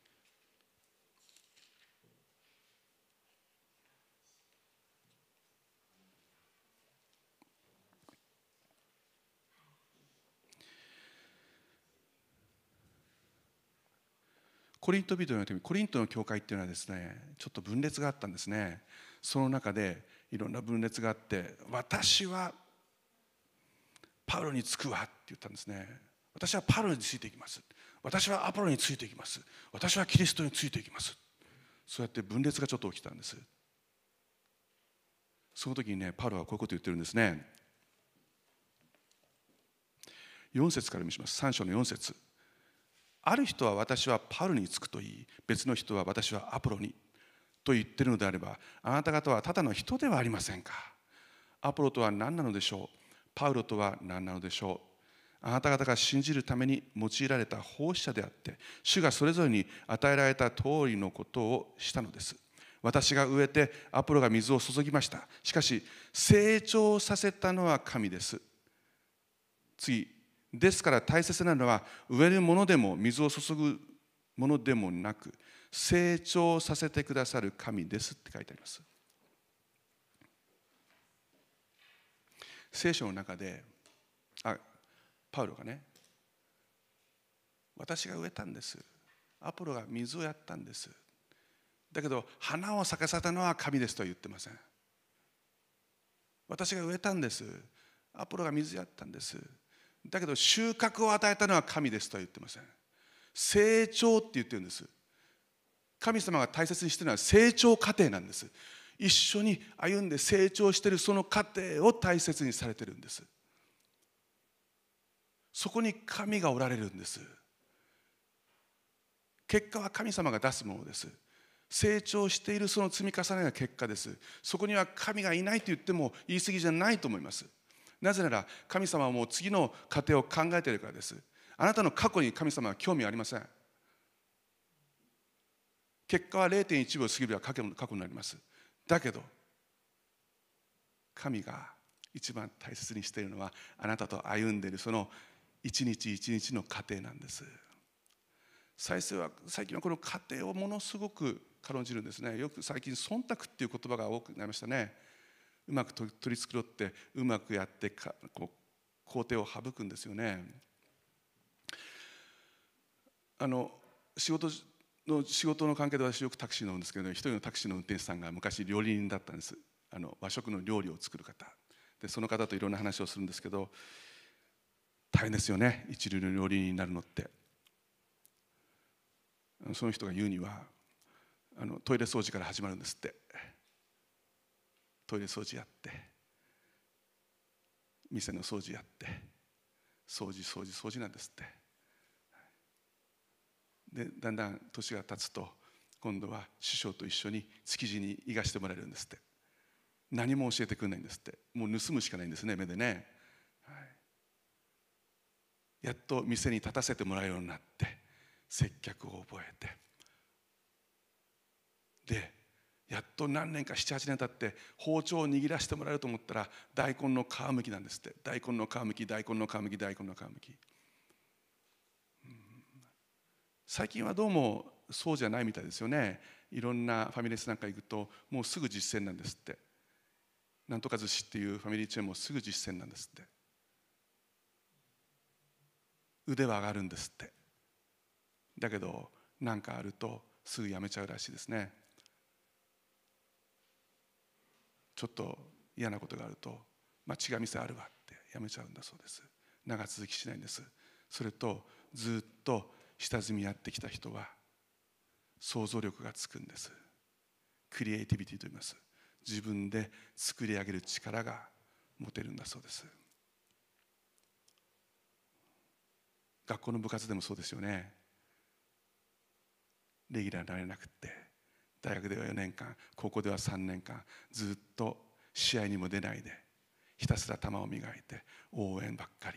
コリント人の時、コリントの教会っていうのはですね、ちょっと分裂があったんですね。その中でいろんな分裂があって、私はパウロにつくわって言ったんですね。私はパウロについていきます。私はアポロについていきます。私はキリストについていきます。そうやって分裂がちょっと起きたんです。その時にね、パウロはこういうことを言ってるんですね。4節から見します。3章の4節。ある人は私はパウロにつくと言い、別の人は私はアポロにと言っているのであれば、あなた方はただの人ではありませんか。アポロとは何なのでしょう。パウロとは何なのでしょう。あなた方が信じるために用いられた奉仕者であって、主がそれぞれに与えられた通りのことをしたのです。私が植えてアポロが水を注ぎました。しかし成長させたのは神です。次、ですから大切なのは植えるものでも水を注ぐものでもなく、成長させてくださる神ですって書いてあります。聖書の中でパウロがね、私が植えたんです、アポロが水をやったんです、だけど花を咲かせたのは神ですとは言ってません。私が植えたんです、アポロが水やったんです、だけど収穫を与えたのは神ですとは言ってません。成長って言ってるんです。神様が大切にしているのは成長過程なんです。一緒に歩んで成長しているその過程を大切にされているんです。そこに神がおられるんです。結果は神様が出すものです。成長しているその積み重ねが結果です。そこには神がいないと言っても言い過ぎじゃないと思います。なぜなら神様はもう次の過程を考えているからです。あなたの過去に神様は興味ありません。結果は 0.1 秒過ぎれば過去になります。だけど神が一番大切にしているのはあなたと歩んでいるその一日一日の過程なんです。最近はこの過程をものすごく軽んじるんですね。よく最近忖度っていう言葉が多くなりましたね。うまく取り繕ってうまくやってこう工程を省くんですよね。仕事の関係で私よくタクシー乗るんですけど、一人のタクシーの運転手さんが昔料理人だったんです。和食の料理を作る方で、その方といろんな話をするんですけど、大変ですよね、一流の料理人になるのって。その人が言うにはトイレ掃除から始まるんですって。トイレ掃除やって、店の掃除やって、掃除なんですって。 でだんだん年が経つと今度は師匠と一緒に築地に行かしてもらえるんですって。何も教えてくれないんですって。もう盗むしかないんですね、目でね、はい、やっと店に立たせてもらえるようになって接客を覚えて、でやっと何年か7、8年経って包丁を握らせてもらえると思ったら大根の皮むきなんですって。大根の皮むき、大根の皮むき、大根の皮むき。最近はどうもそうじゃないみたいですよね。いろんなファミレスなんか行くともうすぐ実践なんですって。なんとか寿司っていうファミリーチェーンもすぐ実践なんですって。腕は上がるんですって。だけど何かあるとすぐやめちゃうらしいですね。ちょっと嫌なことがあると、違う店あるわってやめちゃうんだそうです。長続きしないんです。それとずっと下積みやってきた人は想像力がつくんです。クリエイティビティと言います。自分で作り上げる力が持てるんだそうです。学校の部活でもそうですよね。レギュラーになれなくって大学では4年間、高校では3年間ずっと試合にも出ないでひたすら球を磨いて応援ばっかり。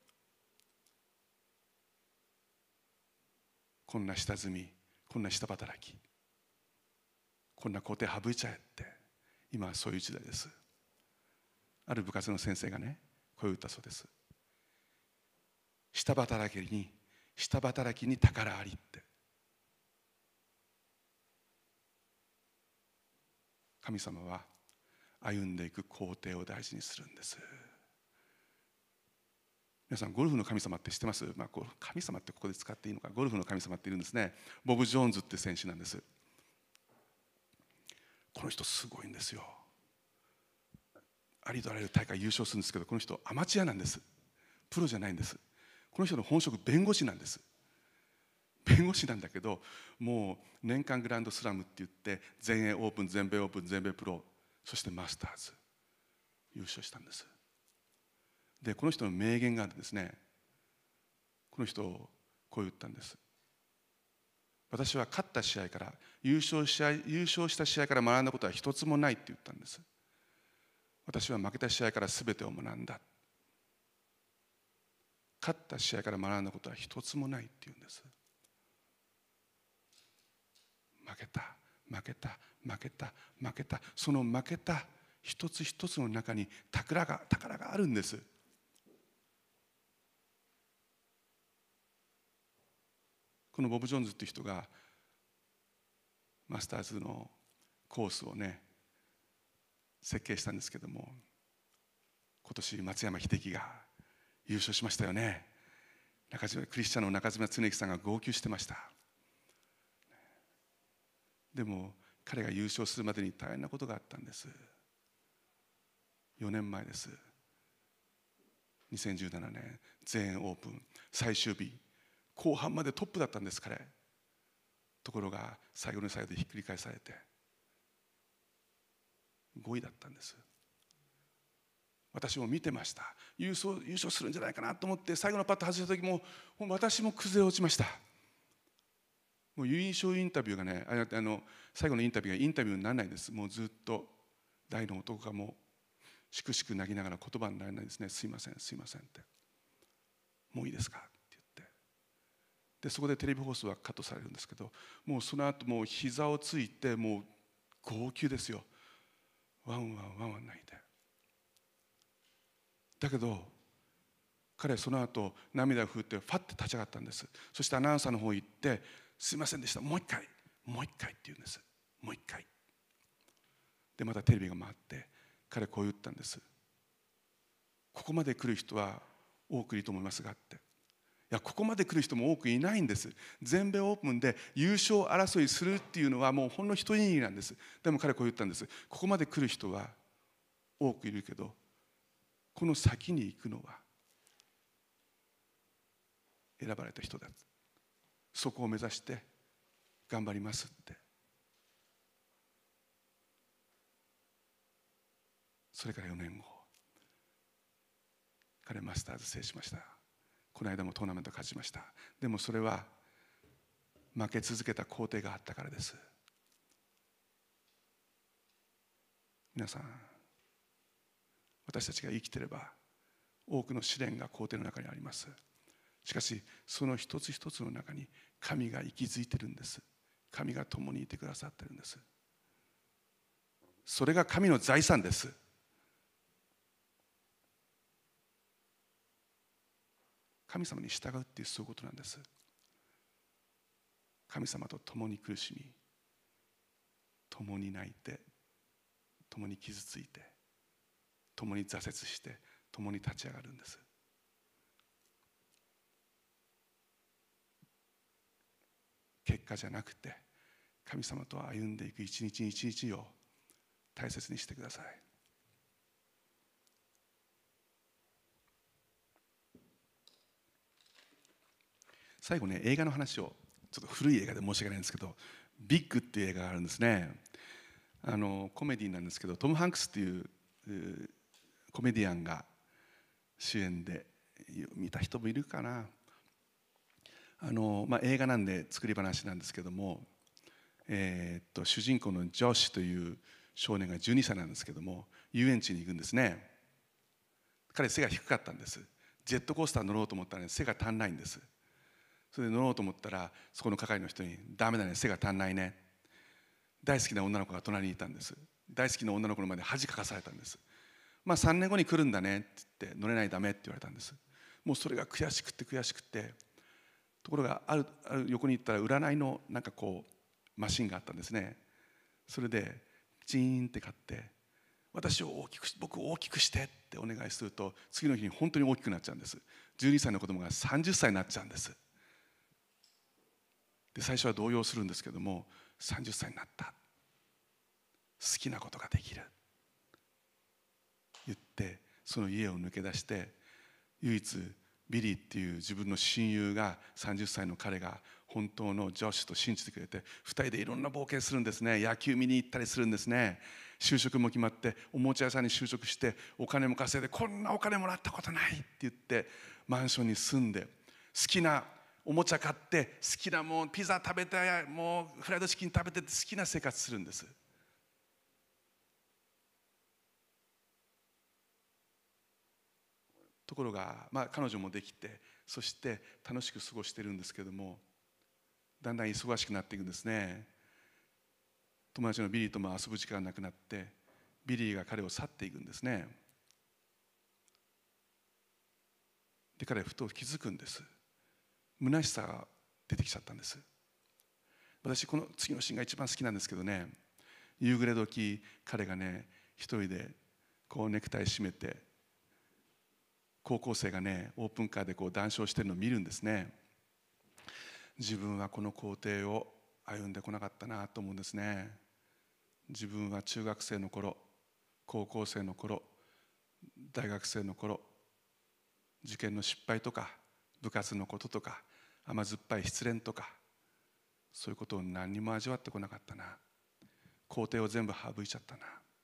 こんな下積み、こんな下働き、こんな工程省いちゃえって、今はそういう時代です。ある部活の先生がね、こう言ったそうです。下働きに宝ありって。神様は歩んでいく工程を大事にするんです。皆さんゴルフの神様って知ってます？神様ってここで使っていいのか。ゴルフの神様っているんですね。ボブ・ジョーンズって選手なんです。この人すごいんですよ。ありとあらゆる大会優勝するんですけど、この人アマチュアなんです。プロじゃないんです。この人の本職弁護士なんです。弁護士なんだけど、もう年間グランドスラムって言って全英オープン、全米オープン、全米プロ、そしてマスターズ優勝したんです。でこの人の名言があるんですね。この人こう言ったんです。私は勝った試合から優勝した試合から学んだことは一つもないって言ったんです。私は負けた試合から全てを学んだ。勝った試合から学んだことは一つもないって言うんです。負けた、その負けた一つ一つの中に宝があるんです。このボブ・ジョーンズっていう人がマスターズのコースをね設計したんですけども、今年松山英樹が優勝しましたよね。クリスチャンの中島恒之さんが号泣してました。でも彼が優勝するまでに大変なことがあったんです。4年前です。2017年全英オープン最終日、後半までトップだったんです彼。ところが最後の最後でひっくり返されて5位だったんです。私も見てました。優勝するんじゃないかなと思って最後のパット外した時も私も崩れ落ちました。もう優勝インタビューがね、最後のインタビューがインタビューにならないんです。もうずっと大の男がもうしくしく泣きながら言葉にならないですね。すいませんって、もういいですかって言って、でそこでテレビ放送はカットされるんですけど、もうその後もう膝をついてもう号泣ですよ。ワンワン泣いて。だけど彼はその後涙を拭ってファッて立ち上がったんです。そしてアナウンサーの方に行って「すいませんでした、もう一回」って言うんです。もう一回でまたテレビが回って彼こう言ったんです。ここまで来る人は多くいると思いますがって。いや、ここまで来る人も多くいないんです。全米オープンで優勝争いするっていうのはもうほんの一握りなんです。でも彼こう言ったんです。ここまで来る人は多くいるけど、この先に行くのは選ばれた人だ。そこを目指して頑張りますって。それから4年後彼マスターズ制しました。この間もトーナメント勝ちました。でもそれは負け続けた皇帝があったからです。皆さん、私たちが生きていれば多くの試練が皇帝の中にあります。しかしその一つ一つの中に神が息づいているんです。神が共にいてくださっているんです。それが神の財産です。神様に従うっていうそういうことなんです。神様と共に苦しみ、共に泣いて、共に傷ついて、共に挫折して、共に立ち上がるんです。結果じゃなくて、神様と歩んでいく一日一日を大切にしてください。最後ね、映画の話を、ちょっと古い映画で申し訳ないんですけど、ビッグっていう映画があるんですね。コメディなんですけど、トム・ハンクスっていうコメディアンが主演で、見た人もいるかな。映画なんで作り話なんですけども、主人公のジョシュという少年が12歳なんですけども、遊園地に行くんですね。彼背が低かったんです。ジェットコースター乗ろうと思ったら、ね、背が足んないんです。それで乗ろうと思ったら、そこの係の人に「ダメだね、背が足んないね」。大好きな女の子が隣にいたんです。大好きな女の子の前で恥かかされたんです。3年後に来るんだねって言って、乗れないダメって言われたんです。もうそれが悔しくて悔しくて、ところがある横に行ったら占いのなんかこうマシンがあったんですね。それでチーンって買って、僕を大きくしてってお願いすると、次の日に本当に大きくなっちゃうんです。12歳の子供が30歳になっちゃうんです。で最初は動揺するんですけども、30歳になった、好きなことができる言って、その家を抜け出して、唯一ビリーっていう自分の親友が、30歳の彼が本当のジョシュと信じてくれて、2人でいろんな冒険するんですね。野球見に行ったりするんですね。就職も決まって、おもちゃ屋さんに就職して、お金も稼いで、こんなお金もらったことないって言って、マンションに住んで、好きなおもちゃ買って、好きなもうピザ食べて、もうフライドチキン食べて、好きな生活するんです。ところが、彼女もできて、そして楽しく過ごしているんですけども、だんだん忙しくなっていくんですね。友達のビリーとも遊ぶ時間がなくなって、ビリーが彼を去っていくんですね。で彼はふと気づくんです。虚しさが出てきちゃったんです。私この次のシーンが一番好きなんですけどね、夕暮れ時彼がね一人でこうネクタイ締めて、高校生がねオープンカーでこう談笑してるのを見るんですね。自分はこの工程を歩んでこなかったなと思うんですね。自分は中学生の頃、高校生の頃、大学生の頃、受験の失敗とか部活のこととか甘酸っぱい失恋とか、そういうことを何にも味わってこなかったな。工程を全部省いちゃったな。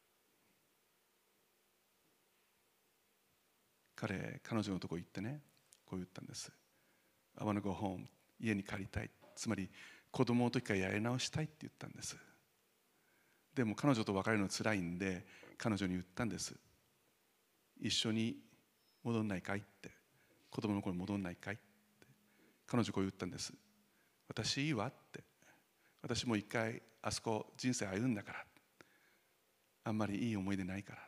彼女のとこ行ってね、こう言ったんです。 I wanna go home、 家に帰りたい、つまり子供の時からやり直したいって言ったんです。でも彼女と別れるのつらいんで、彼女に言ったんです。一緒に戻んないかいって、子供の頃に戻んないかいって。彼女こう言ったんです。私いいわって、私もう一回あそこ人生歩んだから、あんまりいい思い出ないからって。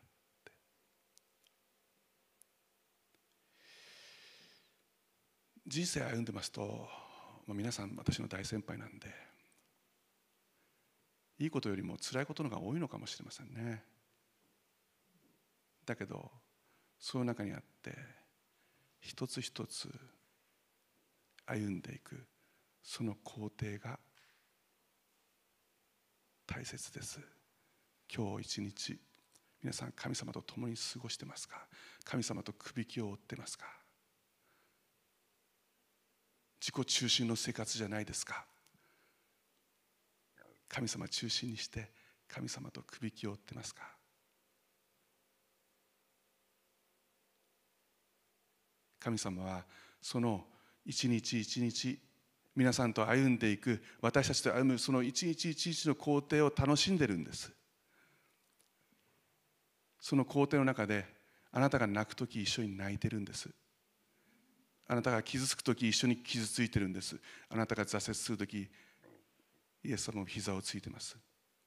人生歩んでますと、皆さん私の大先輩なんで、いいことよりも辛いことの方が多いのかもしれませんね。だけどその中にあって、一つ一つ歩んでいくその工程が大切です。今日一日、皆さん神様と共に過ごしてますか？神様とくびきを追ってますか？自己中心の生活じゃないですか？神様中心にして神様とくびきを追ってますか？神様はその一日一日皆さんと歩んでいく、私たちと歩むその一日一日の工程を楽しんでるんです。その工程の中であなたが泣くとき一緒に泣いてるんです。あなたが傷つくとき一緒に傷ついてるんです。あなたが挫折するときイエス様も膝をついてます。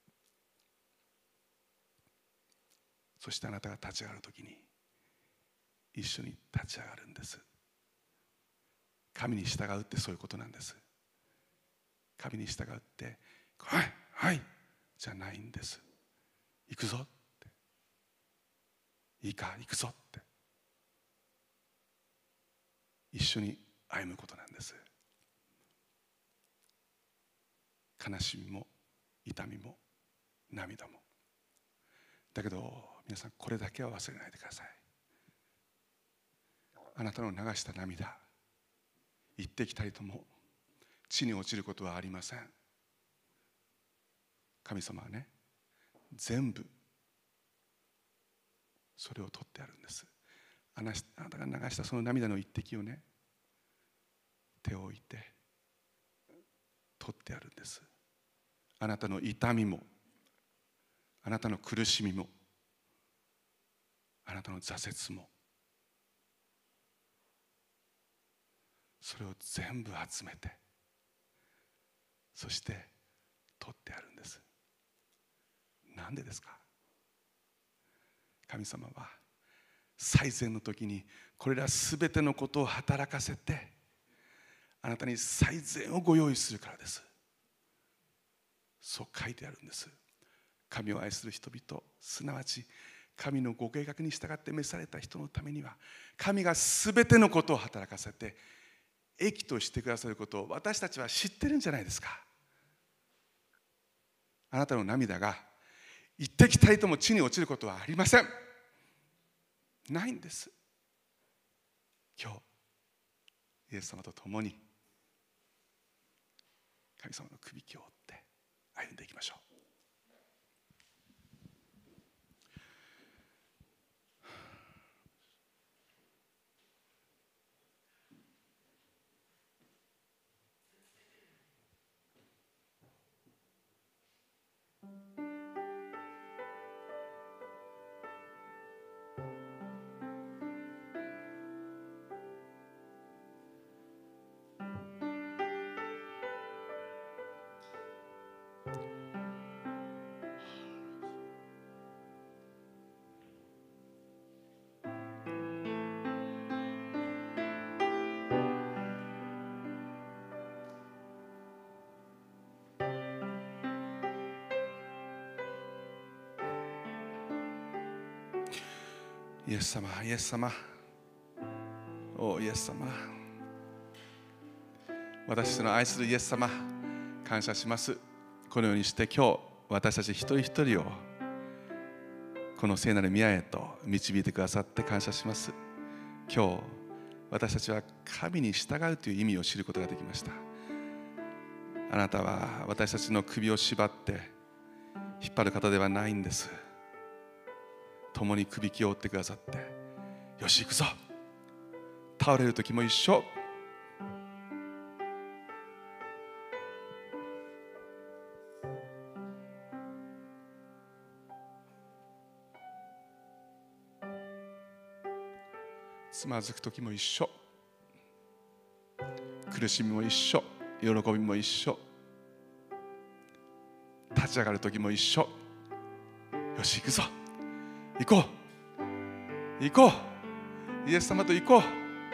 そしてあなたが立ち上がるときに一緒に立ち上がるんです。神に従うってそういうことなんです。神に従ってはいはいじゃないんです。行くぞって、いいか行くぞって一緒に歩むことなんです。悲しみも痛みも涙も。だけど皆さん、これだけは忘れないでください。あなたの流した涙、一滴たりとも地に落ちることはありません。神様はね、全部それを取ってあるんです。あなたが流したその涙の一滴をね、手を置いて取ってあるんです。あなたの痛みも、あなたの苦しみも、あなたの挫折も、それを全部集めて、そして取ってあるんです。なんでですか？神様は最善の時にこれらすべてのことを働かせて、あなたに最善をご用意するからです。そう書いてあるんです。神を愛する人々、すなわち神のご計画に従って召された人のためには、神がすべてのことを働かせて益としてくださることを私たちは知ってるんじゃないですか。あなたの涙が一滴たりとも地に落ちることはありません。ないんです。今日イエス様と共に神様のくびきを追って歩んでいきましょう。イエス様、イエス様、おイエス様、私たちの愛するイエス様、感謝します。このようにして今日私たち一人一人をこの聖なる宮へと導いてくださって感謝します。今日私たちは神に従うという意味を知ることができました。あなたは私たちの首を縛って引っ張る方ではないんです。共にくびきを追ってくださって、よし行くぞ、倒れる時も一緒、つまずく時も一緒、苦しみも一緒、喜びも一緒、立ち上がる時も一緒。よし行くぞ、行こう行こう、イエス様と行こう。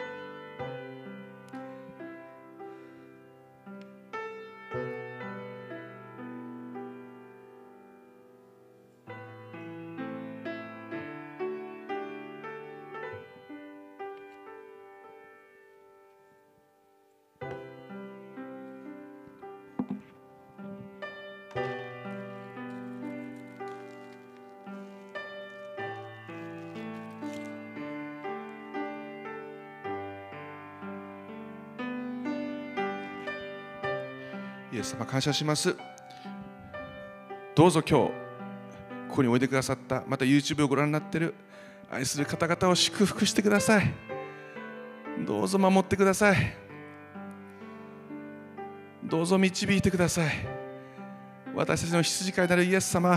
イエス様感謝します。どうぞ今日ここにおいでくださった、また YouTube をご覧になっている愛する方々を祝福してください。どうぞ守ってください。 どうぞ導いてください。私たちの羊飼いなるイエス様、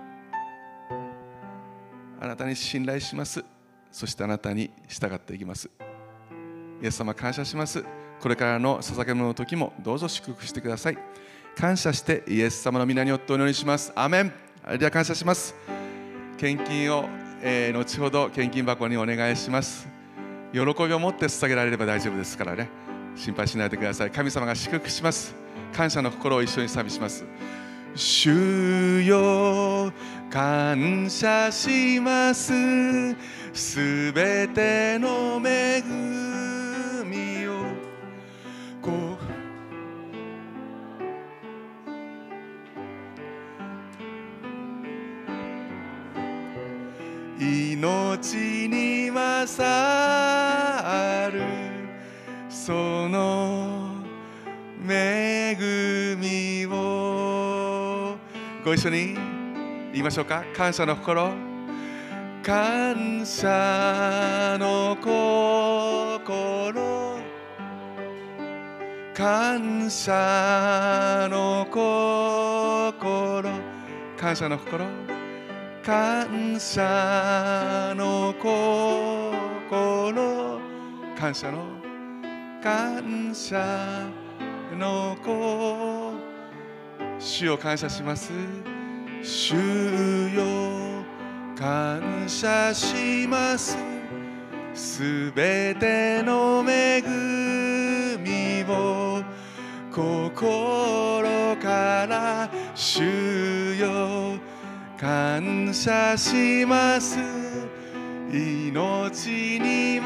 あなたに信頼します。そしてあなたに従っていきます。イエス様、感謝します。これからの捧げ物の時もどうぞ祝福してください。感謝してイエス様の皆によってお祈りします。アーメン。あれでは感謝します。献金を、後ほど献金箱にお願いします。喜びを持って捧げられれば大丈夫ですからね、心配しないでください。神様が祝福します。感謝の心を一緒に賛美します。主よ、感謝します。すべての恵みを命に勝るその恵みをご一緒に言いましょうか。感謝の心、感謝の心、感謝の心、感謝の心、感謝の心、感謝の感謝の心、主を感謝します。主よ、感謝します。すべての恵みを心から主よ感謝します。命に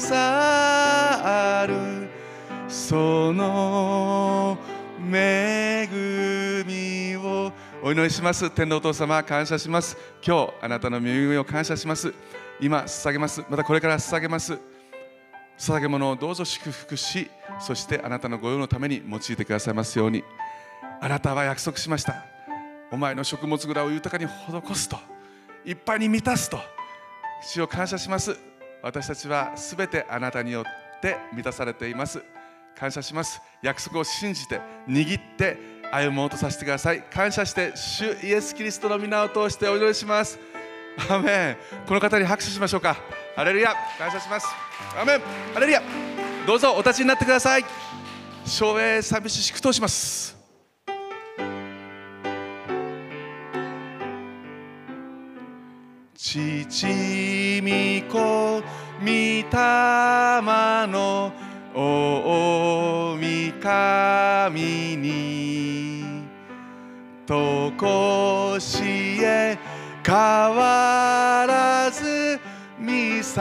勝るその恵みをお祈りします。天のお父様、感謝します。今日あなたの恵みを感謝します。今捧げます。またこれから捧げます。捧げ物をどうぞ祝福し、そしてあなたの御用のために用いてくださいますように。あなたは約束しました。お前の食物蔵を豊かに施すと、いっぱいに満たすと。主を感謝します。私たちはすべてあなたによって満たされています。感謝します。約束を信じて握って歩もうとさせてください。感謝して主イエスキリストの皆を通してお祈りします。アーメン。この方に拍手しましょうか。ハレルヤ。感謝します。アーメン。ハレルヤ。どうぞお立ちになってください。唱詠賛美詩祝祷します。父御子御霊の大神にとこしえ変わらず見栄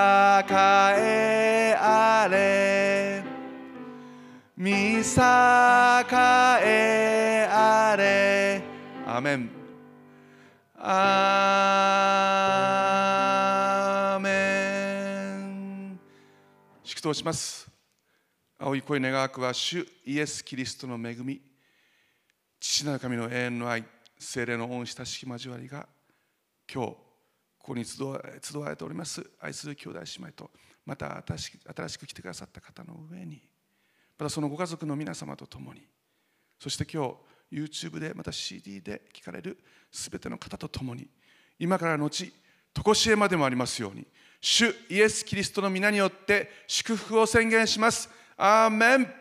えあれ、見栄えあれ。アーメン。アーメン。祝祷します。青い声願わくは主イエスキリストの恵み、父なる神の永遠の愛、聖霊の恩親しき交わりが今日ここに集われております愛する兄弟姉妹と、また新しく来てくださった方の上に、またそのご家族の皆様と共に、そして今日 YouTube でまた CD で聞かれるすべての方と共に、今からのち常しえまでもありますように、主イエスキリストの皆によって祝福を宣言します。アーメン。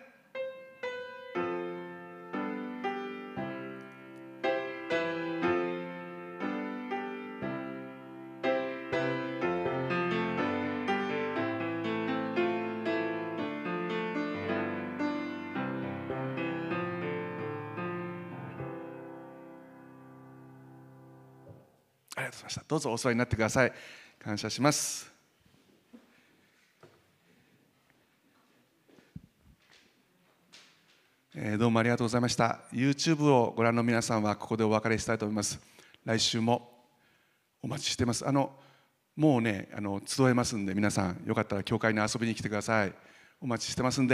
ありがとうございました。どうぞお座りになってください。感謝します。どうもありがとうございました。 YouTube をご覧の皆さんはここでお別れしたいと思います。来週もお待ちしています。もうね集えますんで、皆さんよかったら教会に遊びに来てください。お待ちしてますんで